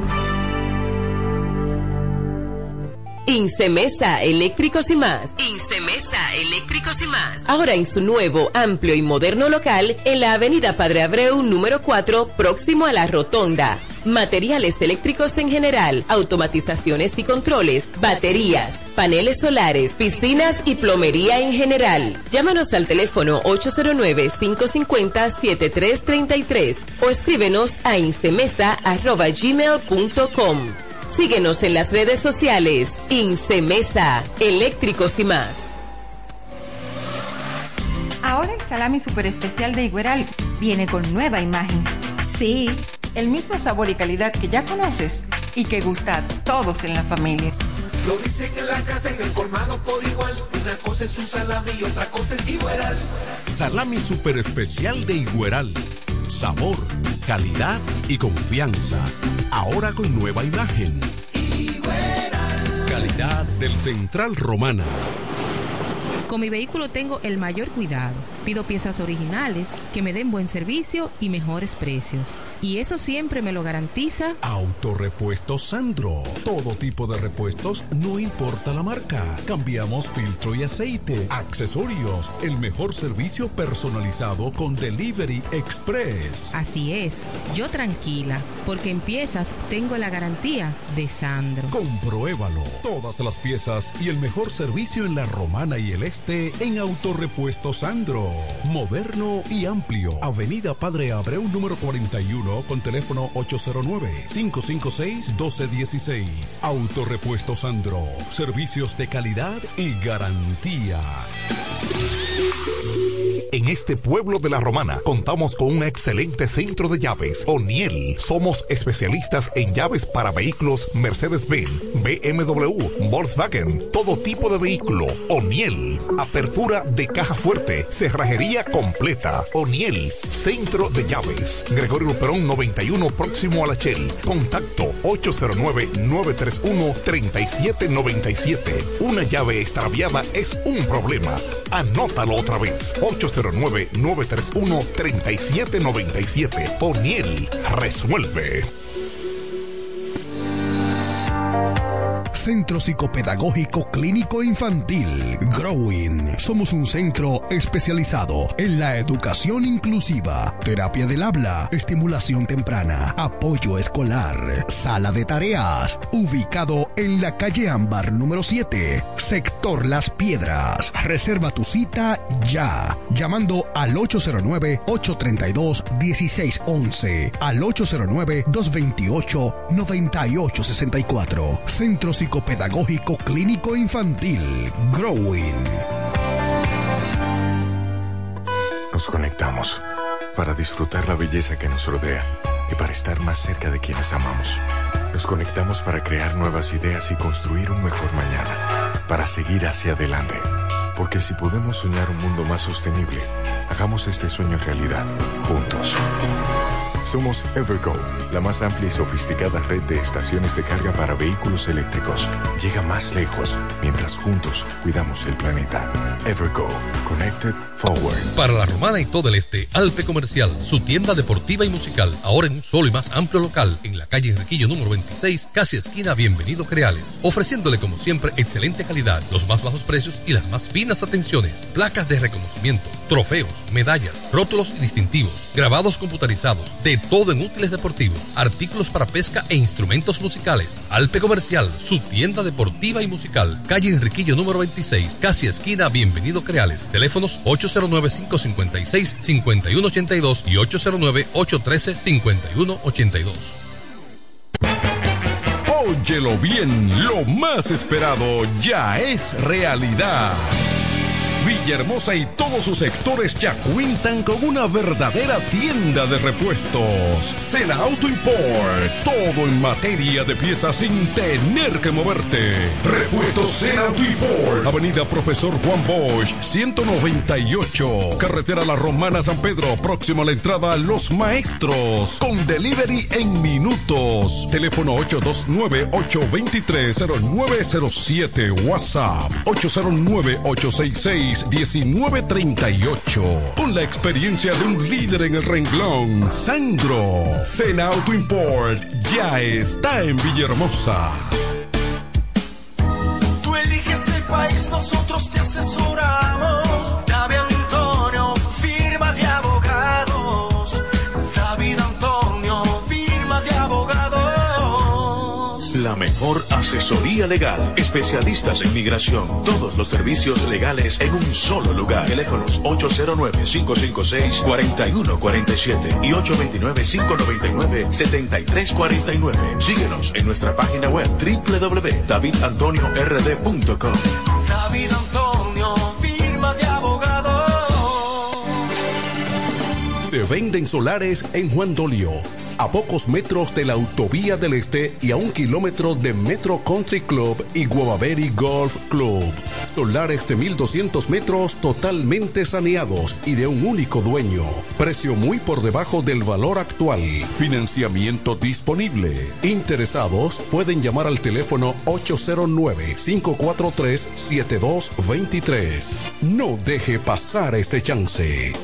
Incemesa Eléctricos y Más.
Incemesa Eléctricos y Más.
Ahora en su nuevo, amplio y moderno local en la avenida Padre Abreu número cuatro, próximo a la Rotonda. Materiales eléctricos en general, automatizaciones y controles, baterías, paneles solares, piscinas y plomería en general. Llámanos al teléfono ocho cero nueve, cinco cinco cero, siete tres tres tres o escríbenos a incemesa arroba gmail punto com. Síguenos en las redes sociales. Incemesa, Eléctricos y Más.
Ahora el salami super especial de Igueral viene con nueva imagen. Sí, el mismo sabor y calidad que ya conoces y que gusta a todos en la familia.
Lo dicen en la casa, en el colmado por igual. Una cosa es un salami y otra cosa es Igueral.
Salami super especial de Igueral. Sabor, calidad y confianza. Ahora con nueva imagen. Igueral. Calidad del Central Romana.
Con mi vehículo tengo el mayor cuidado. Pido piezas originales, que me den buen servicio y mejores precios. Y eso siempre me lo garantiza
Autorepuesto Sandro. Todo tipo de repuestos, no importa la marca. Cambiamos filtro y aceite, accesorios, el mejor servicio personalizado con Delivery Express.
Así es, yo tranquila, porque en piezas tengo la garantía de Sandro.
Compruébalo. Todas las piezas y el mejor servicio en La Romana y el Este en Autorepuesto Sandro. Moderno y amplio. Avenida Padre Abreu número cuarenta y uno con teléfono ocho cero nueve, cinco cinco seis, uno dos uno seis. Autorepuesto Sandro. Servicios de calidad y garantía.
En este pueblo de la Romana contamos con un excelente centro de llaves, O'Neill. Somos especialistas en llaves para vehículos Mercedes-Benz, B M W, Volkswagen, todo tipo de vehículo. O'Neill. Apertura de caja fuerte, cerrajería completa. O'Neill, centro de llaves. Gregorio Luperón noventa y uno, próximo a la Shell. Contacto ocho cero nueve, nueve tres uno, tres siete nueve siete. Una llave extraviada es un problema. Anótalo otra vez. ocho cero nueve, nueve tres uno, tres siete nueve siete. O'Neill resuelve.
Centro Psicopedagógico Clínico Infantil Growing. Somos un centro especializado en la educación inclusiva, terapia del habla, estimulación temprana, apoyo escolar, sala de tareas, ubicado en la calle Ámbar número siete, sector Las Piedras. Reserva tu cita ya, llamando al ocho cero nueve, ocho tres dos, uno seis uno uno, al ocho cero nueve, dos dos ocho, nueve ocho seis cuatro. Centro Psicopedagógico Clínico Infantil Growing.
Nos conectamos para disfrutar la belleza que nos rodea y para estar más cerca de quienes amamos. Nos conectamos para crear nuevas ideas y construir un mejor mañana, para seguir hacia adelante. Porque si podemos soñar un mundo más sostenible, hagamos este sueño realidad, juntos. Somos Evergo, la más amplia y sofisticada red de estaciones de carga para vehículos eléctricos. Llega más lejos mientras juntos cuidamos el planeta. Evergo, Connected Forward.
Para la Romana y todo el este, Alpe Comercial, su tienda deportiva y musical, ahora en un solo y más amplio local, en la calle Enriquillo número veintiséis, casi esquina Bienvenido Creales, ofreciéndole como siempre excelente calidad, los más bajos precios y las más finas atenciones, placas de reconocimiento, trofeos, medallas, rótulos y distintivos, grabados computarizados, de todo en útiles deportivos, artículos para pesca e instrumentos musicales. Alpe Comercial, su tienda deportiva y musical, calle Enriquillo número veintiséis, casi esquina Bienvenido Creales. Teléfonos ocho cero nueve, cinco cinco seis, cinco uno ocho dos y ocho cero nueve, ocho uno tres, cinco uno ocho dos.
Óyelo bien, lo más esperado ya es realidad. Villahermosa y todos sus sectores ya cuentan con una verdadera tienda de repuestos. Sena Auto Import, todo en materia de piezas sin tener que moverte. Repuestos Sena Auto Import, Avenida Profesor Juan Bosch, ciento noventa y ocho, Carretera La Romana San Pedro, próximo a la entrada a Los Maestros, con delivery en minutos. Teléfono ocho dos nueve, ocho dos tres, cero nueve cero siete, WhatsApp ocho cero nueve, ocho seis seis, diecinueve treinta y ocho. Con la experiencia de un líder en el renglón, Sandro. Sena Auto Import ya está en Villahermosa.
Tú eliges el país, nosotros te asesoramos. David Antonio, firma de abogados. David Antonio, firma de abogados.
La mejor asesoría legal, especialistas en migración, todos los servicios legales en un solo lugar. Teléfonos ocho cero nueve, cinco cinco seis, cuatro uno cuatro siete y ocho dos nueve, cinco nueve nueve, siete tres cuatro nueve. Síguenos en nuestra página web doble u doble u doble u punto david antonio r d punto com.
David Antonio, firma de abogados.
Se venden solares en Juan Dolio, a pocos metros de la Autovía del Este y a un kilómetro de Metro Country Club y Guavaberi Golf Club. Solares de mil doscientos metros totalmente saneados y de un único dueño. Precio muy por debajo del valor actual. Financiamiento disponible. Interesados pueden llamar al teléfono ocho cero nueve, cinco cuatro tres, siete dos dos tres. No deje pasar este chance.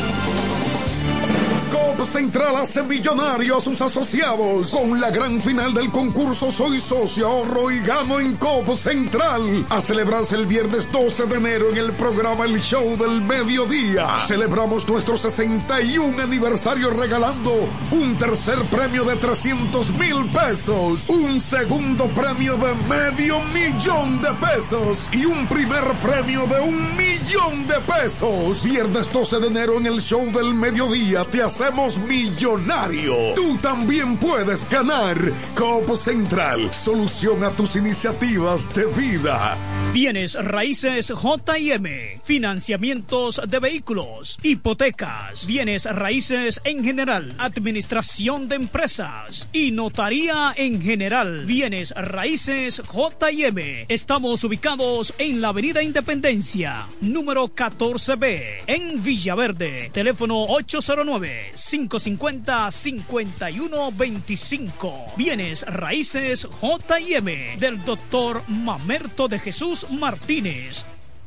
Central hace millonario a sus asociados con la gran final del concurso Soy Socio, Ahorro y Gano en Coop Central, a celebrarse el viernes doce de enero en el programa El Show del Mediodía. Celebramos nuestro sesenta y un aniversario regalando un tercer premio de trescientos mil pesos, un segundo premio de medio millón de pesos y un primer premio de un millón de pesos. Viernes doce de enero en el Show del Mediodía te hacemos millonario. Tú también puedes ganar. Coop Central, solución a tus iniciativas de vida.
Bienes raíces J y M, financiamientos de vehículos, hipotecas, bienes raíces en general, administración de empresas y notaría en general. Bienes raíces J y M. Estamos ubicados en la Avenida Independencia, número catorce B, en Villaverde. Teléfono ocho cero nueve, cinco cinco cero, cinco uno dos cinco. Bienes raíces J y M del doctor Mamerto de Jesús Martínez.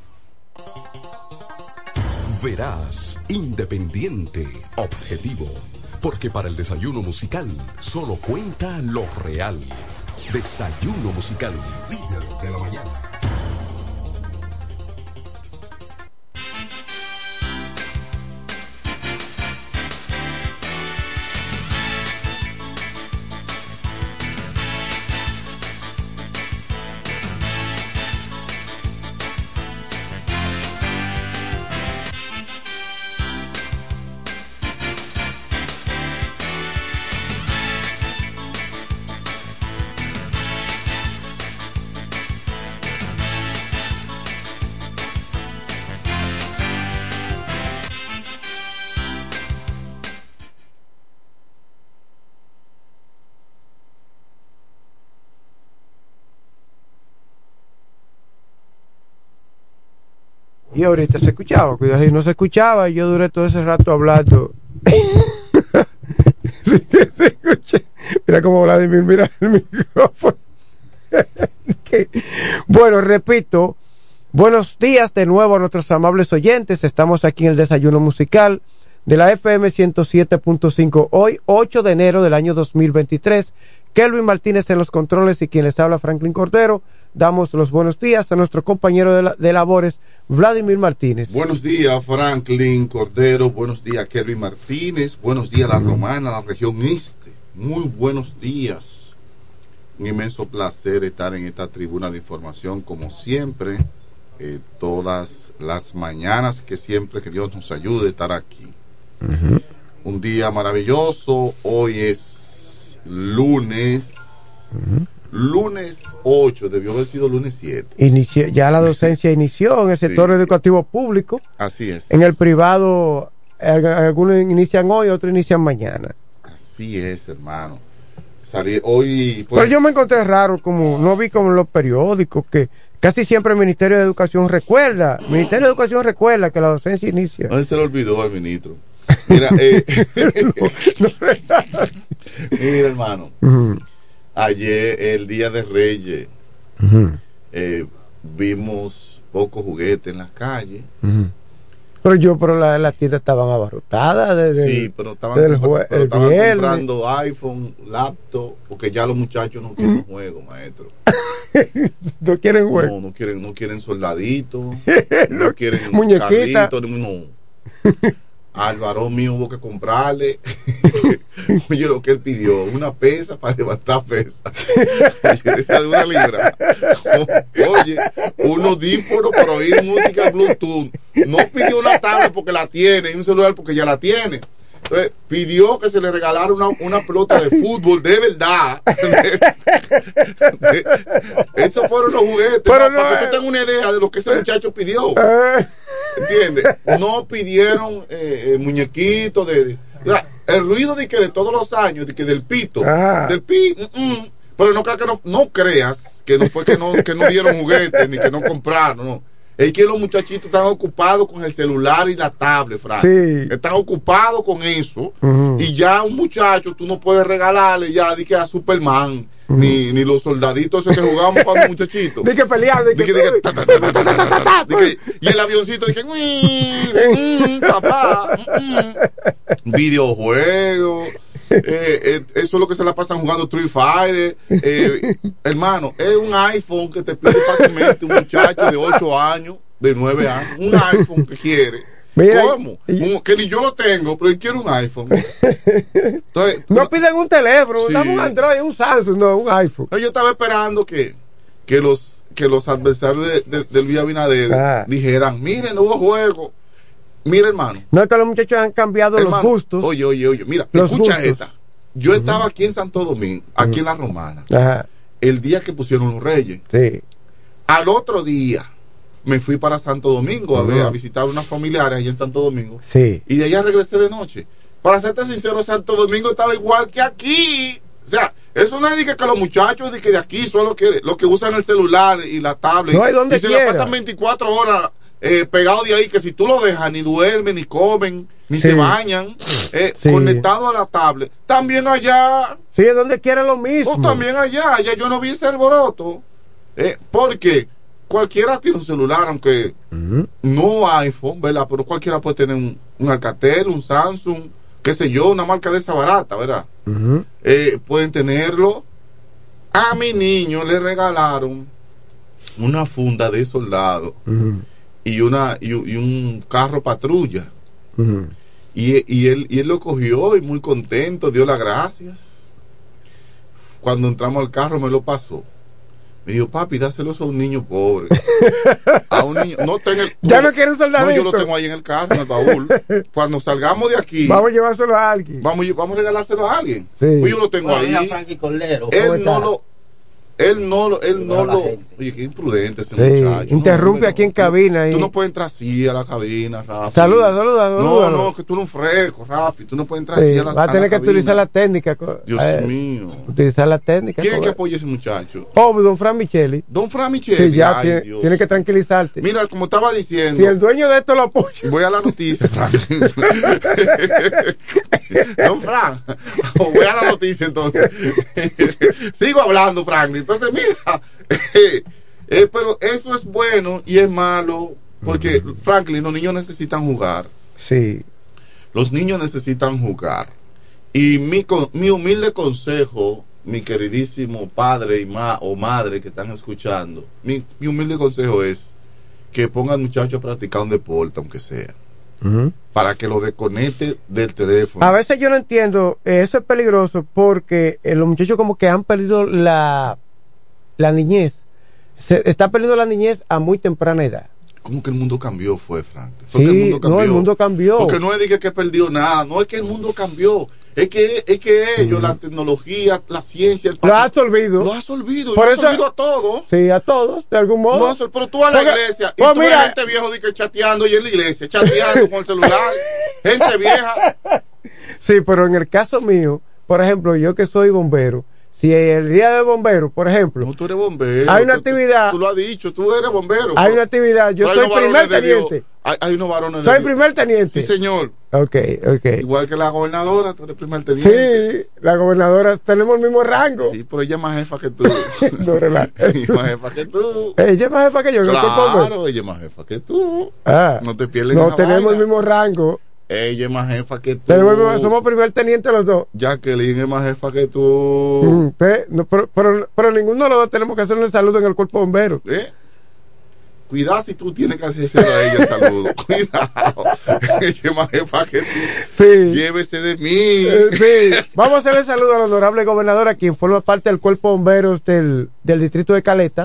Verás, independiente, objetivo, porque para el desayuno musical solo cuenta lo real. Desayuno musical, líder de la mañana.
Y ahorita se escuchaba, cuidado, si no se escuchaba, y yo duré todo ese rato hablando. Sí, se escucha. Mira cómo Vladimir mira el micrófono. Bueno, repito, buenos días de nuevo a nuestros amables oyentes. Estamos aquí en el desayuno musical de la F M ciento siete punto cinco. Hoy, ocho de enero del año dos mil veintitrés. Kelvin Martínez en los controles y quien les habla, Franklin Cordero. Damos los buenos días a nuestro compañero de, la, de labores, Vladimir Martínez.
Buenos días, Franklin Cordero. Buenos días, Kelvin Martínez. Buenos días, La Romana, la región este. Muy buenos días. Un inmenso placer estar en esta tribuna de información, como siempre, eh, todas las mañanas, que siempre que Dios nos ayude a estar aquí. Uh-huh. Un día maravilloso. Hoy es lunes. Uh-huh. Lunes ocho, debió haber sido lunes siete.
Inició, ya la docencia inició en el sector sí. educativo público.
Así es.
En el privado, algunos inician hoy, otros inician mañana.
Así es, hermano. Salí hoy.
Pues, pero yo me encontré raro, como no vi como en los periódicos, que casi siempre el Ministerio de Educación recuerda, el Ministerio de Educación recuerda que la docencia inicia.
No se le olvidó al ministro. Mira, eh, no, no, mira, hermano. Uh-huh. Ayer, el día de Reyes, uh-huh. eh, vimos pocos juguetes en las calles.
Uh-huh. Pero yo, pero las la tiendas estaban abarrotadas. Desde
sí,
el,
pero estaban, desde compra, el, pero estaban comprando iPhone, laptop, porque ya los muchachos no quieren uh-huh. juego, maestro.
No quieren juego.
No, no quieren, no quieren soldaditos, no, no quieren
muñequita.
Carritos, no. Al varón mío hubo que comprarle oye lo que él pidió, una pesa para levantar pesa. Yo decía de una libra. Oye, un audífono para oír música Bluetooth. No pidió una tablet porque la tiene y un celular porque ya la tiene. Entonces, pidió que se le regalara una, una pelota de fútbol de verdad. Esos fueron los juguetes. Pero no, para que tú tengas una idea de lo que ese muchacho pidió. ¿Entiendes? No pidieron eh, muñequitos de, de o sea, el ruido de que de todos los años, de que del pito, ah. del pi, mm, mm, pero no, que no, no creas que no fue que no, que no dieron juguetes ni que no compraron, no. Es que los muchachitos están ocupados con el celular y la tablet, Frank.
Sí.
Están ocupados con eso.
Uh-huh.
Y ya un muchacho tú no puedes regalarle ya de que a Superman, uh-huh. ni, ni los soldaditos esos que jugábamos cuando muchachitos.
De que pelear, de que, de que, de que, ta, ta, ta, ta, ta, ta, ta, ta,
de que y el avioncito de que mmm, mmm, papá, mmm. Videojuegos. Eh, eh, eso es lo que se la pasan jugando Street Fighter. Eh, hermano, es un iPhone que te pide fácilmente un muchacho de ocho años, de nueve años, un iPhone que quiere.
Mira,
¿cómo? Y... Un, que ni yo lo tengo, pero él quiere un iPhone. Entonces,
no piden un teléfono, sí. Dame un Android, un Samsung, no, un iPhone.
Yo estaba esperando que, que los que los adversarios de, de, de Luis Abinader ah. dijeran, miren, nuevo juego. Mira, hermano.
No es que los muchachos han cambiado hermano, los gustos.
Oye, oye, oye. Mira, escucha gustos. Esta. Yo uh-huh. estaba aquí en Santo Domingo, aquí uh-huh. en La Romana,
Ajá.
el día que pusieron los Reyes.
Sí.
Al otro día me fui para Santo Domingo a, ver, a visitar unas familiares allá en Santo Domingo.
Sí.
Y de allá regresé de noche. Para serte sincero, Santo Domingo estaba igual que aquí. O sea, eso no es de que, que los muchachos de, que de aquí son los que, los que usan el celular y la tablet.
No hay donde
y se
quiera.
la pasan veinticuatro horas eh, pegados de ahí, que si tú lo dejas, ni duermen, ni comen, ni
Sí.
se bañan, eh,
Sí.
conectados a la tablet. También allá.
Sí, es donde quiera lo mismo.
No, también allá. Allá yo no vi ese alboroto. Eh, porque cualquiera tiene un celular, aunque
uh-huh.
no iPhone, ¿verdad? Pero cualquiera puede tener un, un Alcatel, un Samsung, qué sé yo, una marca de esa barata, ¿verdad?
Uh-huh.
Eh, pueden tenerlo. A mi niño le regalaron una funda de soldado
uh-huh.
y una y, y un carro patrulla.
Uh-huh.
Y, y, él, y él lo cogió y muy contento, dio las gracias. Cuando entramos al carro me lo pasó. Me dijo, papi, dáselo a un niño pobre. A un niño, no tengo el,
ya no quiere un soldadito.
No, yo lo tengo ahí en el carro, en el baúl. Cuando salgamos de aquí,
vamos a llevárselo a alguien.
Vamos, vamos a regalárselo a alguien.
Sí.
Pues yo lo tengo
bueno,
ahí.
Frankie Cordero.
Él no lo, él no lo, él no lo. Oye, qué imprudente ese
Sí,
muchacho.
interrumpe
no,
aquí en cabina.
Tú
y...
no puedes entrar así a la cabina, Rafi.
Saluda, saluda, saluda.
No, no, que tú eres un fresco, Rafi. Tú no puedes entrar
Sí,
así a la
va a tener
a la
que
cabina.
utilizar la técnica.
Dios
eh,
mío.
Utilizar la técnica.
¿Quién es que apoya a ese muchacho?
Oh, don Fran Micheli.
Don Fran Micheli.
Sí, ya
Ay,
tiene,
Dios.
tiene que tranquilizarte.
Mira, como estaba diciendo.
Si el dueño de esto lo apoya.
Voy a la noticia, Fran. Don Fran. Voy a la noticia entonces. Sigo hablando, Frank. Entonces, mira. Eh, eh, pero eso es bueno y es malo. Porque, Franklin, los niños necesitan jugar.
Sí.
Los niños necesitan jugar. Y mi, mi humilde consejo, mi queridísimo padre y ma, o madre que están escuchando, mi, mi humilde consejo es que pongan muchachos a practicar un deporte, aunque sea.
Uh-huh.
Para que lo desconecte del teléfono.
A veces yo no entiendo, eh, eso es peligroso porque eh, los muchachos como que han perdido la, la niñez. Se está perdiendo la niñez a muy temprana edad.
¿Cómo que el mundo cambió, fue, Frank? Fue
Sí,
que el mundo cambió.
no, el mundo cambió.
Porque no es de que, que perdió nada, no es que el mundo cambió. Es que, es que ellos, uh-huh. la tecnología, la ciencia, el
lo ha absorbido.
Lo ha absorbido.
Por
lo ha
eso,
absorbido a todos.
Sí, a todos, de algún modo.
No, pero tú a la
Porque,
iglesia y
pues
tú
mira,
ves gente viejo de que chateando y en la iglesia, chateando con el celular. Gente vieja.
Sí, pero en el caso mío, por ejemplo, yo que soy bombero, si el día de bombero, por ejemplo,
no, tú eres bombero,
hay una
tú,
actividad,
tú lo has dicho, tú eres bombero.
Hay una actividad, yo soy primer teniente.
Hay, hay unos varones
soy
de
primer teniente.
Sí, señor.
Ok, ok.
Igual que la gobernadora, tú eres primer teniente.
Sí, la gobernadora, tenemos el mismo rango.
Sí, pero ella es más jefa que tú.
No, relaja.
Ella es más jefa que tú.
Ella es más jefa que yo.
Claro, ella es más jefa que tú.
Ah,
no te pierdes.
No tenemos vaina. El mismo rango.
Ella es más jefa que tú.
Tenemos, somos primer teniente los dos.
Jacqueline es más jefa que tú.
Mm, pe, no, pero, pero, pero ninguno de los dos tenemos que hacerle el saludo en el cuerpo bombero.
¿Eh? Cuidado si tú tienes que hacerle a ella el saludo. Cuidado. Ella es más jefa que tú.
Sí.
Llévese de mí.
Eh, sí. Vamos a hacerle el saludo al honorable gobernador, a quien forma parte del cuerpo de bomberos del, del distrito de Caleta.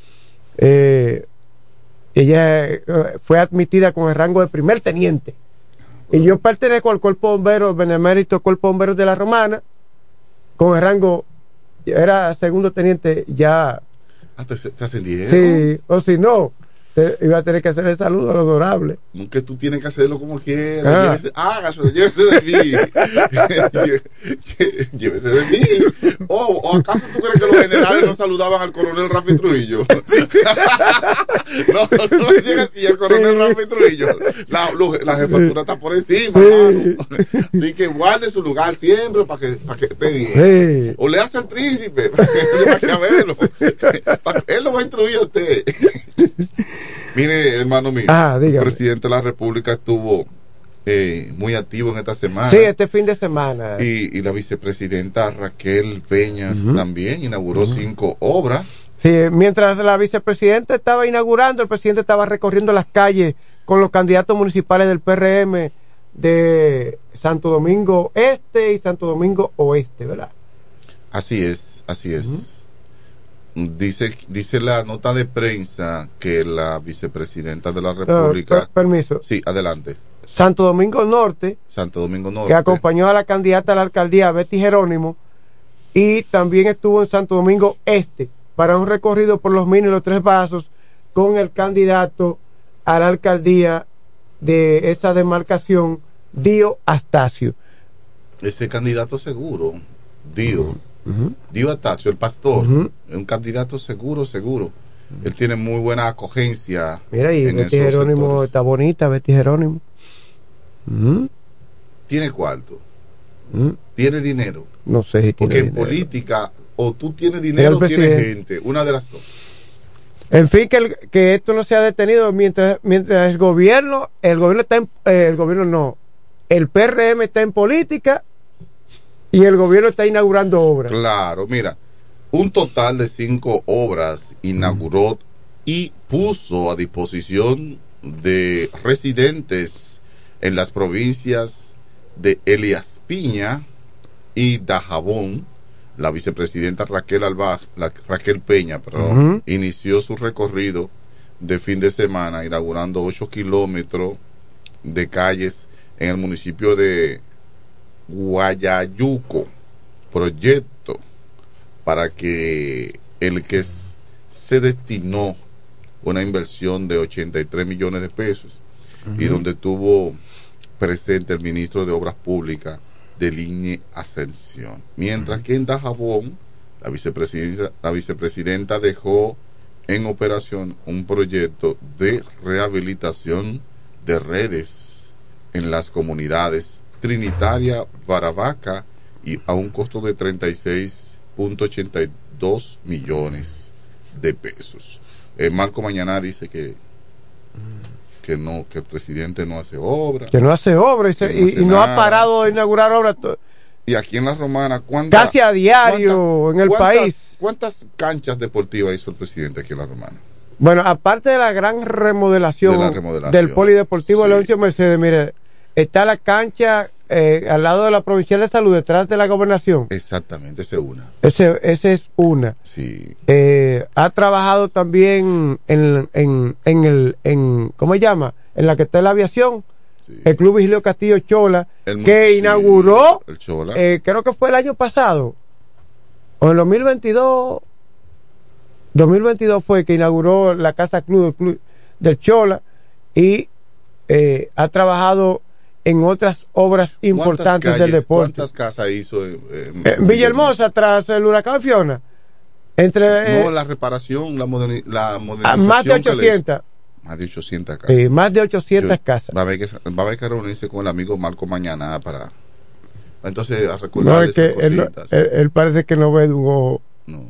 Eh, ella eh, fue admitida con el rango de primer teniente. Y yo pertenezco al cuerpo de bomberos, benemérito cuerpo de bomberos de la Romana, con el rango, era segundo teniente ya.
Ah, te, te ascendieron.
Sí, o si no, te, iba a tener que hacer el saludo al honorable.
Que tú tienes que hacerlo como quieras.
Ah.
Llévese, hágase, llévese de mí. Llévese de mí. Oh, ¿O acaso tú crees que los generales no saludaban al coronel Rafi Trujillo? No, no, no decían así, el coronel sí. Rafi Trujillo. La, la jefatura está por encima, sí. Así que guarde su lugar siempre para que, para que esté bien.
Sí.
O le hace al príncipe, para que, para que verlo. Para que él lo va a instruir a usted. Mire, hermano mío,
ah,
el presidente de la República estuvo eh, muy activo en esta semana.
Sí, este fin de semana.
Y, y la vicepresidenta Raquel Peñas uh-huh. también inauguró uh-huh. cinco obras.
Sí, mientras la vicepresidenta estaba inaugurando, el presidente estaba recorriendo las calles con los candidatos municipales del P R M de Santo Domingo Este y Santo Domingo Oeste, ¿verdad?
Así es, así es. Uh-huh. Dice, dice la nota de prensa que la vicepresidenta de la República.
Uh, per, permiso.
Sí, adelante.
Santo Domingo Norte.
Santo Domingo Norte.
Que acompañó a la candidata a la alcaldía Betty Jerónimo. Y también estuvo en Santo Domingo Este, para un recorrido por los Minos y los Tres Vasos con el candidato a la alcaldía de esa demarcación, Dio Astacio.
Ese candidato seguro, Dio, uh-huh. Dio Astacio, el pastor, uh-huh. es un candidato seguro, seguro. Uh-huh. Él tiene muy buena acogencia.
Mira, y Betty Jerónimo sectores. Está bonita, Betty Jerónimo. Uh-huh.
Tiene cuarto, uh-huh. tiene dinero.
No sé si
porque
tiene
en
dinero.
política o tú tienes dinero o tienes gente, una de las dos.
En fin, que, el, que esto no se ha detenido mientras mientras el gobierno, el gobierno está en, eh, el gobierno no, el P R M está en política y el gobierno está inaugurando obras.
Claro, mira, un total de cinco obras inauguró y puso a disposición de residentes en las provincias de Elías Piña y Dajabón. La vicepresidenta Raquel Alba, la, Raquel Peña, perdón, uh-huh. inició su recorrido de fin de semana inaugurando ocho kilómetros de calles en el municipio de Guayayuco, proyecto para que el que se destinó una inversión de ochenta y tres millones de pesos uh-huh. y donde tuvo presente el ministro de Obras Públicas de Línea Ascensión. Mientras uh-huh. que en Dajabón, la vicepresidenta, la vicepresidenta dejó en operación un proyecto de rehabilitación de redes en las comunidades Trinitaria, Baravaca, y a un costo de treinta y seis punto ochenta y dos millones de pesos. Eh, Marco Mañana dice que que no, que el presidente no hace obra,
que no hace obra y, se, no, y, y no ha parado de inaugurar obras.
Y aquí en la Romana, ¿cuántas,
casi a diario
cuántas,
en el
cuántas,
país?
¿Cuántas canchas deportivas hizo el presidente aquí en la Romana?
Bueno, aparte de la gran remodelación, de la remodelación del polideportivo sí. Leoncio Mercedes, mire, está la cancha eh, al lado de la Provincial de Salud, detrás de la Gobernación.
Exactamente, esa es una.
Ese, ese es una.
Sí.
Eh, ha trabajado también en, en, en el, en, ¿cómo se llama? En la que está la aviación, sí. El Club Vigilio Castillo Chola, el, que sí, inauguró,
el Chola.
Eh, creo que fue el año pasado, o en el dos mil veintidós, dos mil veintidós fue que inauguró la Casa Club del, Club del Chola, y eh, ha trabajado en otras obras importantes
calles,
del deporte.
¿Cuántas casas hizo en,
en eh, Villahermosa tras el huracán Fiona? Entre,
no,
eh,
la reparación, la, moderni la modernización.
Más de ochocientas.
Más de ochocientas casas.
Sí, más de ochocientas
Yo,
casas.
Va a, haber que, va a haber que reunirse con el amigo Marco Mañana para. Entonces, a recordar.
No, es que él, él, él parece que no ve de un ojo.
No.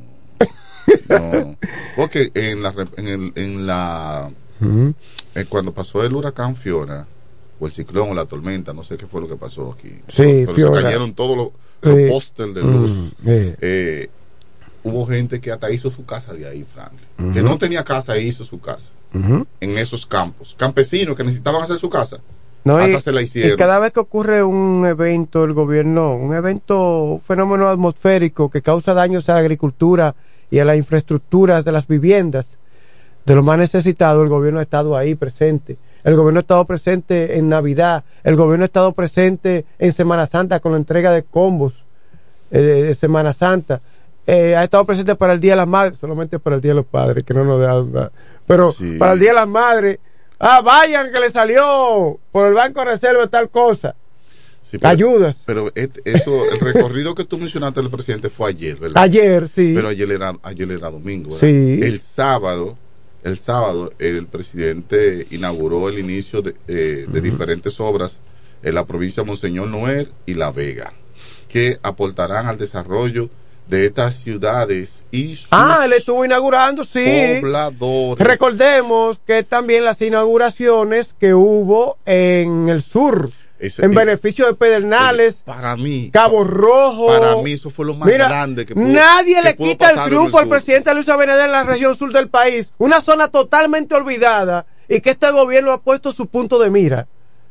No. Porque en la. En, el, en la uh-huh. eh, cuando pasó el huracán Fiona, o el ciclón o la tormenta, no sé qué fue lo que pasó aquí.
Sí,
pero, pero se cayeron todos los, los sí. pósteres de luz. Mm, sí. eh, hubo gente que hasta hizo su casa de ahí, Frank. Uh-huh. Que no tenía casa e hizo su casa. Uh-huh. En esos campos. Campesinos que necesitaban hacer su casa.
No,
hasta
y,
se la hicieron.
Y cada vez que ocurre un evento, el gobierno, un evento, un fenómeno atmosférico que causa daños a la agricultura y a las infraestructuras de las viviendas de los más necesitados, el gobierno ha estado ahí presente. El gobierno ha estado presente en Navidad, el gobierno ha estado presente en Semana Santa con la entrega de combos eh, de Semana Santa, eh, ha estado presente para el Día de las Madres, solamente para el Día de los Padres, que no nos dejan dar, pero sí. Para el Día de las Madres, ah, vayan que le salió por el Banco de Reserva tal cosa.
Sí, pero,
ayudas.
Pero eso, el recorrido que tú mencionaste del presidente fue ayer, ¿verdad?
Ayer, sí.
Pero ayer era, ayer era domingo, ¿verdad?
Sí.
El sábado, el sábado, el presidente inauguró el inicio de, eh, de uh-huh. diferentes obras en la provincia de Monseñor Noel y La Vega, que aportarán al desarrollo de estas ciudades y sus
ah, él estuvo inaugurando, sí.
pobladores.
Recordemos que también las inauguraciones que hubo en el sur, Ese, en eh, beneficio de Pedernales,
oye, para mí,
Cabo Rojo.
Para mí eso fue lo más Mira, grande que pudo,
nadie
que
le
pudo
quita el triunfo al presidente Luis Abinader en la región sur del país, una zona totalmente olvidada y que este gobierno ha puesto su punto de mira.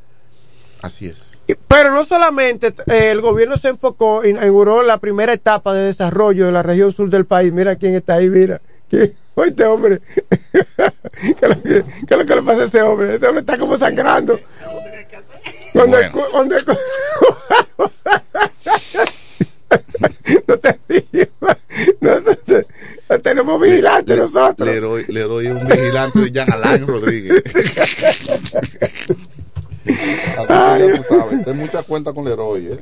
Así es.
Pero no solamente eh, el gobierno se enfocó, inauguró la primera etapa de desarrollo de la región sur del país. Mira quién está ahí, mira. ¿Quién? Oye, este hombre. ¿Qué es lo que, qué es lo que le pasa a ese hombre? Ese hombre está como sangrando. Cuando
bueno.
el, no te rías. No, no, no, tenemos somos vigilantes
Le,
nosotros.
Leroy, Leroy es un vigilante de Jean Alain Rodríguez. Así que ya tú sabes, ten mucha cuenta con Leroy, ¿eh?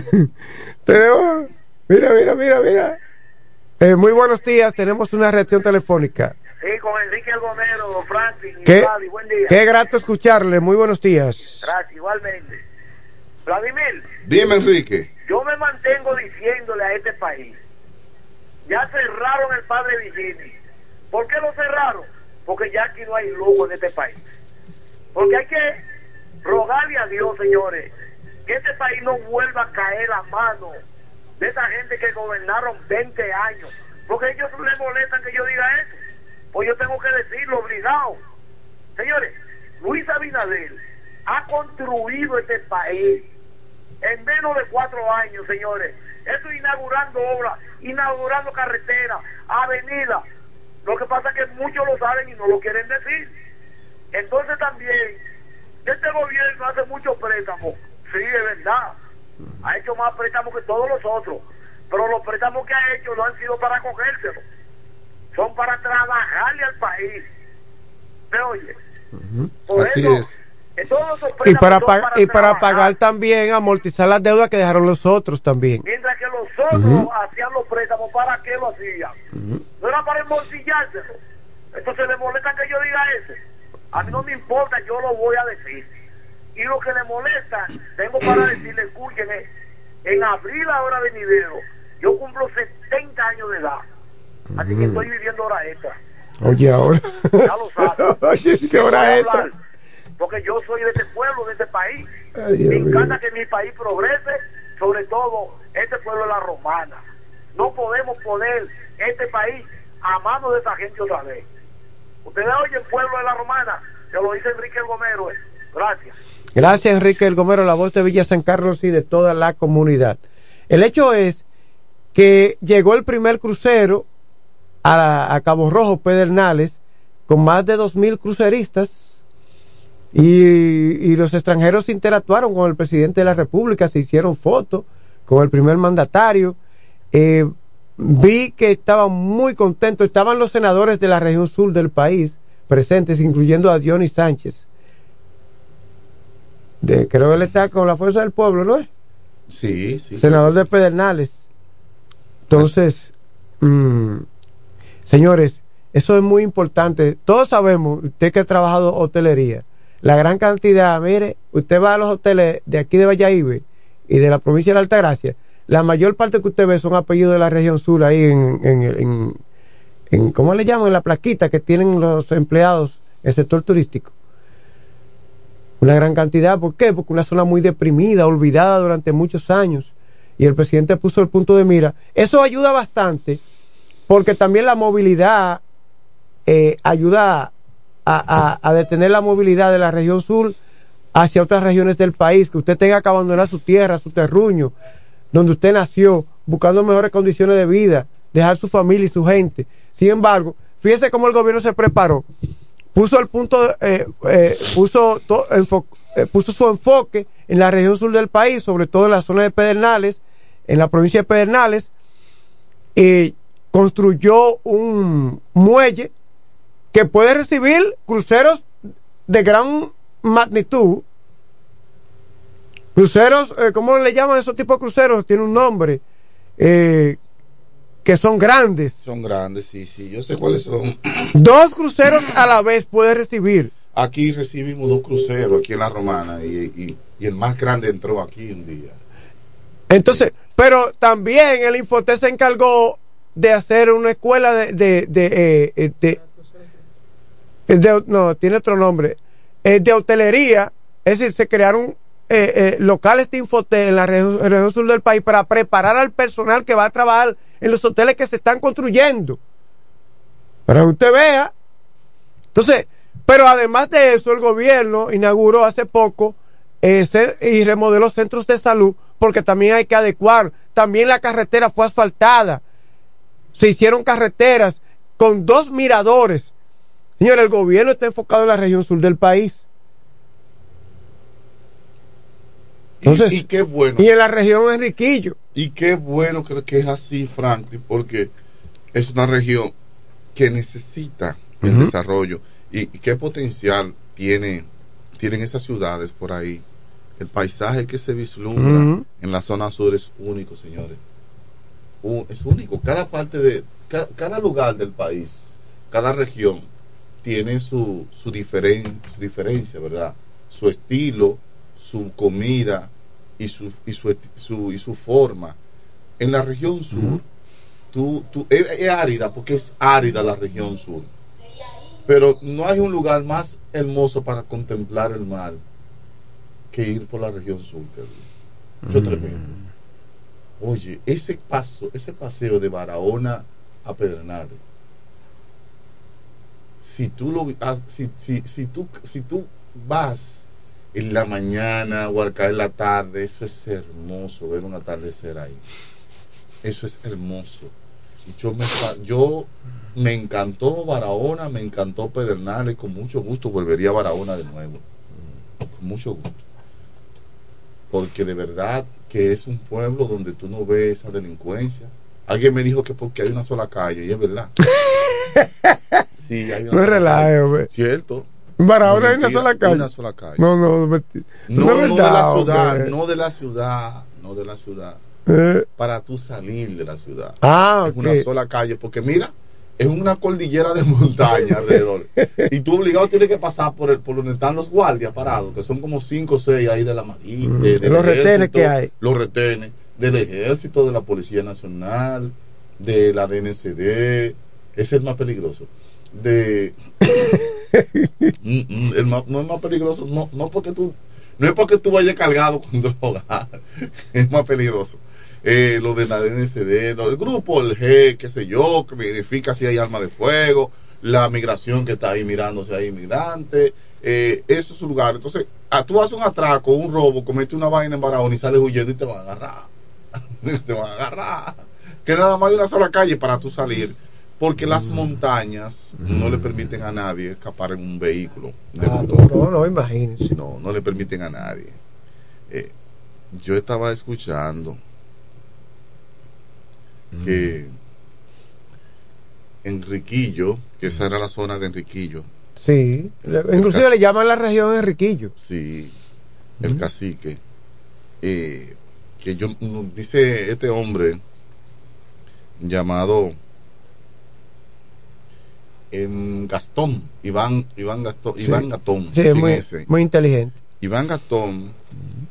Tenemos, mira, mira, mira, mira. Eh, muy buenos días, tenemos una reacción telefónica.
Sí, con Enrique El Gomero, Franklin y
¿Qué,
Vladi, buen día.
qué grato escucharle, muy buenos días.
Gracias, igualmente. Vladimir.
Dime, Enrique.
Yo me mantengo diciéndole a este país, ya cerraron el Padre Vigini. ¿Por qué lo cerraron? Porque ya aquí no hay lujo en este país. Porque hay que rogarle a Dios, señores, que este país no vuelva a caer a mano de esa gente que gobernaron veinte años. Porque ellos les molestan que yo diga eso. Pues yo tengo que decirlo obligado. Señores, Luis Abinader ha construido este país en menos de cuatro años, señores. Esto inaugurando obras, inaugurando carreteras, avenidas. Lo que pasa es que muchos lo saben y no lo quieren decir. Entonces también, este gobierno hace muchos préstamos. Sí, es verdad. Ha hecho más préstamos que todos los otros. Pero los préstamos que ha hecho no han sido para cogérselo. Son para trabajarle al país. ¿Me oye?
Uh-huh.
Por
Así
eso,
es.
todos esos
Y para,
son
pa-
para
y para
trabajar.
pagar también, amortizar las deudas que dejaron los otros también.
Mientras que los otros
Uh-huh.
hacían los préstamos, ¿para qué lo hacían?
Uh-huh.
No era para embolsillárselo. Entonces le molesta que yo diga eso. A mí no me importa, yo lo voy a decir. Y lo que le molesta, tengo para decirle, escuchen, en abril ahora venidero, yo cumplo setenta años de edad. Así que estoy viviendo hora extra.
Oye, ahora.
Ya lo sabes.
Oye, ¿qué hora es esta?
Porque yo soy de este pueblo, de este país.
Ay, Dios
Me encanta
mío.
que mi país progrese, sobre todo este pueblo de la Romana. No podemos poner este país a mano de esa gente otra vez. Ustedes oyen pueblo de la Romana, se lo dice Enrique El Gomero. eh. Gracias.
Gracias, Enrique El Gomero, la voz de Villa San Carlos y de toda la comunidad. El hecho es que llegó el primer crucero a, a Cabo Rojo, Pedernales, con más de dos mil cruceristas, y, y los extranjeros interactuaron con el presidente de la República, se hicieron fotos con el primer mandatario. Eh, vi que estaban muy contentos, estaban los senadores de la región sur del país presentes, incluyendo a Johnny Sánchez. De, creo que él está con la Fuerza del Pueblo, ¿no es?
Sí, sí.
Senador de Pedernales. Entonces, mmm, señores, eso es muy importante. Todos sabemos, usted que ha trabajado hotelería, la gran cantidad, mire, usted va a los hoteles de aquí de Valladolid y de la provincia de la Altagracia, la mayor parte que usted ve son apellidos de la región sur, ahí en, en, en, en ¿cómo le llaman? En la plaquita que tienen los empleados en el sector turístico. Una gran cantidad, ¿por qué? Porque una zona muy deprimida, olvidada durante muchos años, y el presidente puso el punto de mira. Eso ayuda bastante, porque también la movilidad eh, ayuda a, a, a detener la movilidad de la región sur hacia otras regiones del país, que usted tenga que abandonar su tierra, su terruño, donde usted nació, buscando mejores condiciones de vida, dejar su familia y su gente. Sin embargo, fíjese cómo el gobierno se preparó. Puso el punto, eh, eh, puso, to, enfo, eh, puso su enfoque en la región sur del país, sobre todo en la zona de Pedernales, en la provincia de Pedernales, y construyó un muelle que puede recibir cruceros de gran magnitud. Cruceros, eh, ¿cómo le llaman esos tipos de cruceros? Tiene un nombre, eh, que son grandes.
Son grandes, sí, sí, yo sé cuáles son.
Dos cruceros a la vez puede recibir.
Aquí recibimos dos cruceros aquí en la Romana y, y, y el más grande entró aquí un día.
Entonces, pero también el Infotel se encargó de hacer una escuela de de de, eh, de, de no, tiene otro nombre, eh, de hotelería, es decir, se crearon eh, eh, locales de Infotel en la región, región sur del país para preparar al personal que va a trabajar en los hoteles que se están construyendo, para que usted vea. Entonces, pero además de eso, el gobierno inauguró hace poco eh, y remodeló centros de salud, porque también hay que adecuar. También la carretera fue asfaltada, se hicieron carreteras con dos miradores. Señor, el gobierno está enfocado en la región sur del país. Entonces,
y, y qué bueno.
Y en la región Enriquillo.
Y qué bueno que, que es así, Franklin, porque es una región que necesita el uh-huh. desarrollo y, y qué potencial tiene tienen esas ciudades por ahí. El paisaje que se vislumbra uh-huh. en la zona sur es único, señores. Uh, es único. Cada parte de ca, cada lugar del país, cada región tiene su su, diferen, su diferencia, ¿verdad? Su estilo, su comida y su y su, su y su forma. En la región sur uh-huh. tú, tú, es, es árida porque es árida la región sur, pero no hay un lugar más hermoso para contemplar el mar que ir por la región sur. Yo uh-huh. tremendo. Oye, ese paso, ese paseo de Barahona a Pedernales, si tú lo ah, si, si, si tú si tú vas en la mañana o al caer la tarde, eso es hermoso, ver un atardecer ahí. Eso es hermoso. Yo me, yo me encantó Barahona, me encantó Pedernales, con mucho gusto volvería a Barahona de nuevo. Con mucho gusto. Porque de verdad que es un pueblo donde tú no ves esa delincuencia. Alguien me dijo que porque hay una sola calle, y es verdad. Sí, hay una
no
sola
relajo,
calle. Cierto.
En Barahona no hay una sola calle.
Una sola calle.
No, no, no,
no,
no,
no
verdad,
de la ciudad,
hombre.
no de la ciudad, no de la ciudad.
Eh.
Para tú salir de la ciudad.
Ah,
es
okay.
una sola calle, porque mira, es una cordillera de montaña alrededor. Y tú obligado tienes que pasar por el por donde están los guardias parados, que son como cinco o seis ahí de la marina, mm. de, de
los retenes que hay.
Los retenes del ejército, de la Policía Nacional, de la D N C D. Ese es el más peligroso. De el más, no es más peligroso, no, no porque tú, no es porque tú vayas cargado con droga, es más peligroso. Eh, lo de la D N C D, lo, el grupo, el G, qué sé yo, que verifica si hay arma de fuego, la migración que está ahí mirando si hay inmigrantes, eh, eso es su lugar. Entonces, a, tú haces un atraco, un robo, cometes una vaina en Barahona y sales huyendo y te van a agarrar. Te van a agarrar. Que nada más hay una sola calle para tú salir, porque mm. las montañas mm. no le permiten a nadie escapar en un vehículo.
Ah, no, no, no, imagínense.
No, no le permiten a nadie. Eh, yo estaba escuchando que Enriquillo, que esa era la zona de Enriquillo.
Sí, inclusive cas- le llaman la región Enriquillo.
Sí, el uh-huh. cacique. Eh, que yo, dice este hombre llamado en Gastón, Iván, Iván Gastón, sí. Iván Gastón.
Sí, es muy, ese? muy inteligente.
Iván Gastón uh-huh.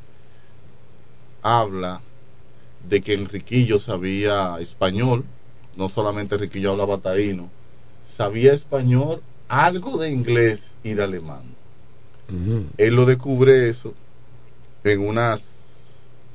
habla de que Enriquillo sabía español, no solamente Enriquillo hablaba taíno, sabía español, algo de inglés y de alemán. Uh-huh. Él lo descubre eso en unas...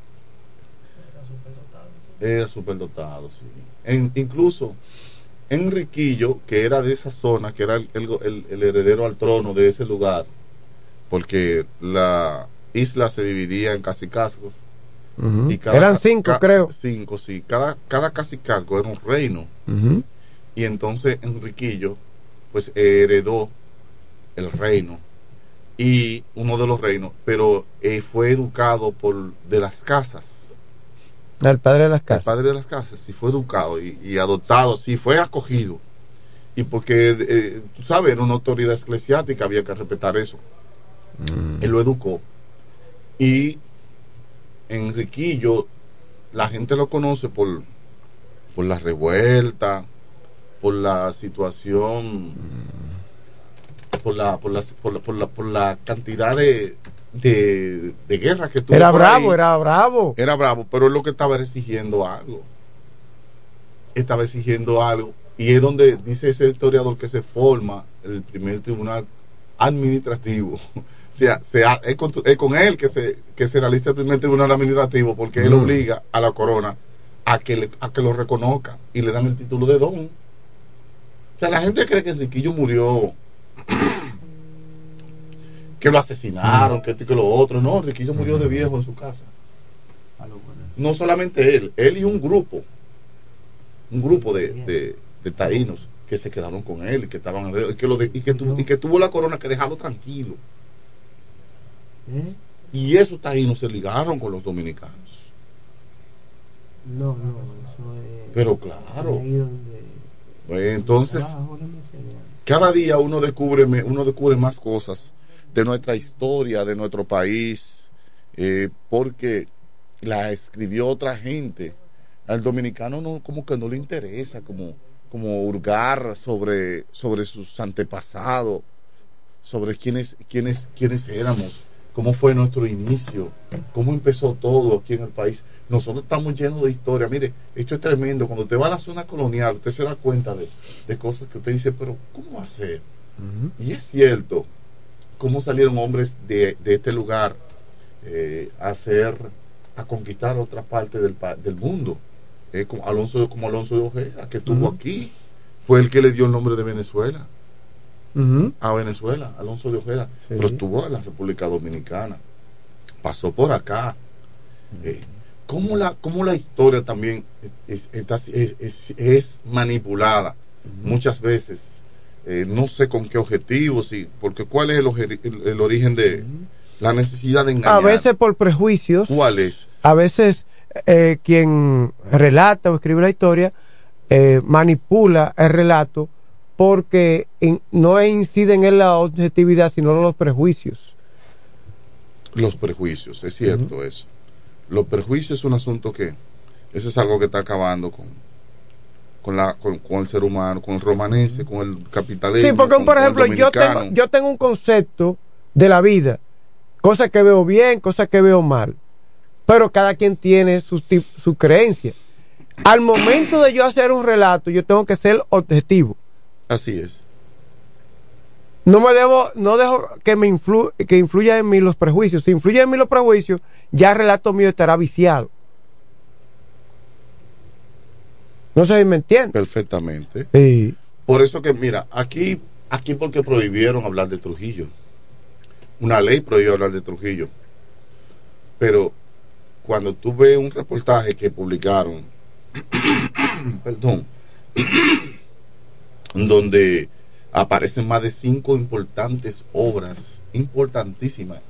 Era superdotado, sí. En, incluso Enriquillo, que era de esa zona, que era el, el, el heredero al trono de ese lugar, porque la isla se dividía en cacicazgos. Uh-huh. Y cada,
eran cinco, ca- creo.
Cinco, sí. Cada, cada cacicazgo era un reino.
Uh-huh.
Y entonces Enriquillo, pues, heredó el reino. Y uno de los reinos, pero eh, fue educado por de las casas.
El padre de las casas.
El padre de las casas, sí, fue educado y, y adoptado, sí, fue acogido. Y porque, eh, tú sabes, era una autoridad eclesiástica, había que respetar eso. Uh-huh. Él lo educó. Y Enriquillo, la gente lo conoce por, por la revuelta, por la situación, por la, por la, por la, por la, por la cantidad de, de, de guerra que tuvo.
Era bravo, ahí. era bravo.
Era bravo, pero es lo que estaba exigiendo algo. Estaba exigiendo algo. Y es donde dice ese historiador que se forma el primer tribunal administrativo. O sea, sea es, con, es con él que se que se realiza el primer tribunal administrativo, porque mm. él obliga a la corona a que le, a que lo reconozca y le dan el título de don. O sea, la gente cree que Enriquillo murió, que lo asesinaron, mm. que esto y que lo otro. No, Enriquillo murió de viejo en su casa. No solamente él, él y un grupo, un grupo de, de, de taínos que se quedaron con él y que estaban alrededor, y que, lo de, y, que tu, y que tuvo la corona que dejarlo tranquilo. ¿Eh? Y esos taínos se ligaron con los dominicanos.
No, no, eso es...
Pero claro.
Ahí donde...
Pues entonces, cada día uno descubre, uno descubre más cosas de nuestra historia, de nuestro país, eh, porque la escribió otra gente. Al dominicano no, como que no le interesa como, como hurgar sobre, sobre sus antepasados, sobre quiénes, quiénes, quiénes éramos, cómo fue nuestro inicio, cómo empezó todo aquí en el país. Nosotros estamos llenos de historia. Mire, esto es tremendo. Cuando usted va a la zona colonial, usted se da cuenta de, de cosas que usted dice, pero ¿cómo hacer? Uh-huh. Y es cierto, cómo salieron hombres de, de este lugar eh, a hacer, a conquistar otra parte del, del mundo. Eh, como Alonso, como Alonso de Ojeda, que estuvo uh-huh. aquí, fue el que le dio el nombre de Venezuela. Uh-huh. A Venezuela, Alonso de Ojeda, sí. Pero estuvo en la República Dominicana, pasó por acá. Uh-huh. Eh, ¿cómo, la, cómo la historia también es, es, es, es, es manipulada uh-huh. muchas veces? Eh, no sé con qué objetivos, sí, porque ¿cuál es el, el, el origen de uh-huh. la necesidad de engañar?
A veces por prejuicios.
¿Cuál es?
A veces eh, quien relata o escribe la historia eh, manipula el relato porque in, no inciden en la objetividad, sino en los prejuicios.
Los prejuicios, es cierto uh-huh. eso. Los prejuicios es un asunto que, eso es algo que está acabando con, con, la, con, con el ser humano, con el romanense, con el capitalismo.
Sí, porque
con,
por ejemplo, yo tengo, yo tengo un concepto de la vida, cosas que veo bien, cosas que veo mal, pero cada quien tiene su, su creencia. Al momento de yo hacer un relato, yo tengo que ser objetivo.
Así es.
No me debo, no dejo que me influ, que influya en mí los prejuicios. Si influye en mí los prejuicios, ya el relato mío estará viciado. No sé si me entiende.
Perfectamente.
Sí.
Por eso que, mira, aquí, aquí porque prohibieron hablar de Trujillo. Una ley prohibió hablar de Trujillo. Pero cuando tú ves un reportaje que publicaron, perdón, donde aparecen más de cinco importantes obras, importantísimas,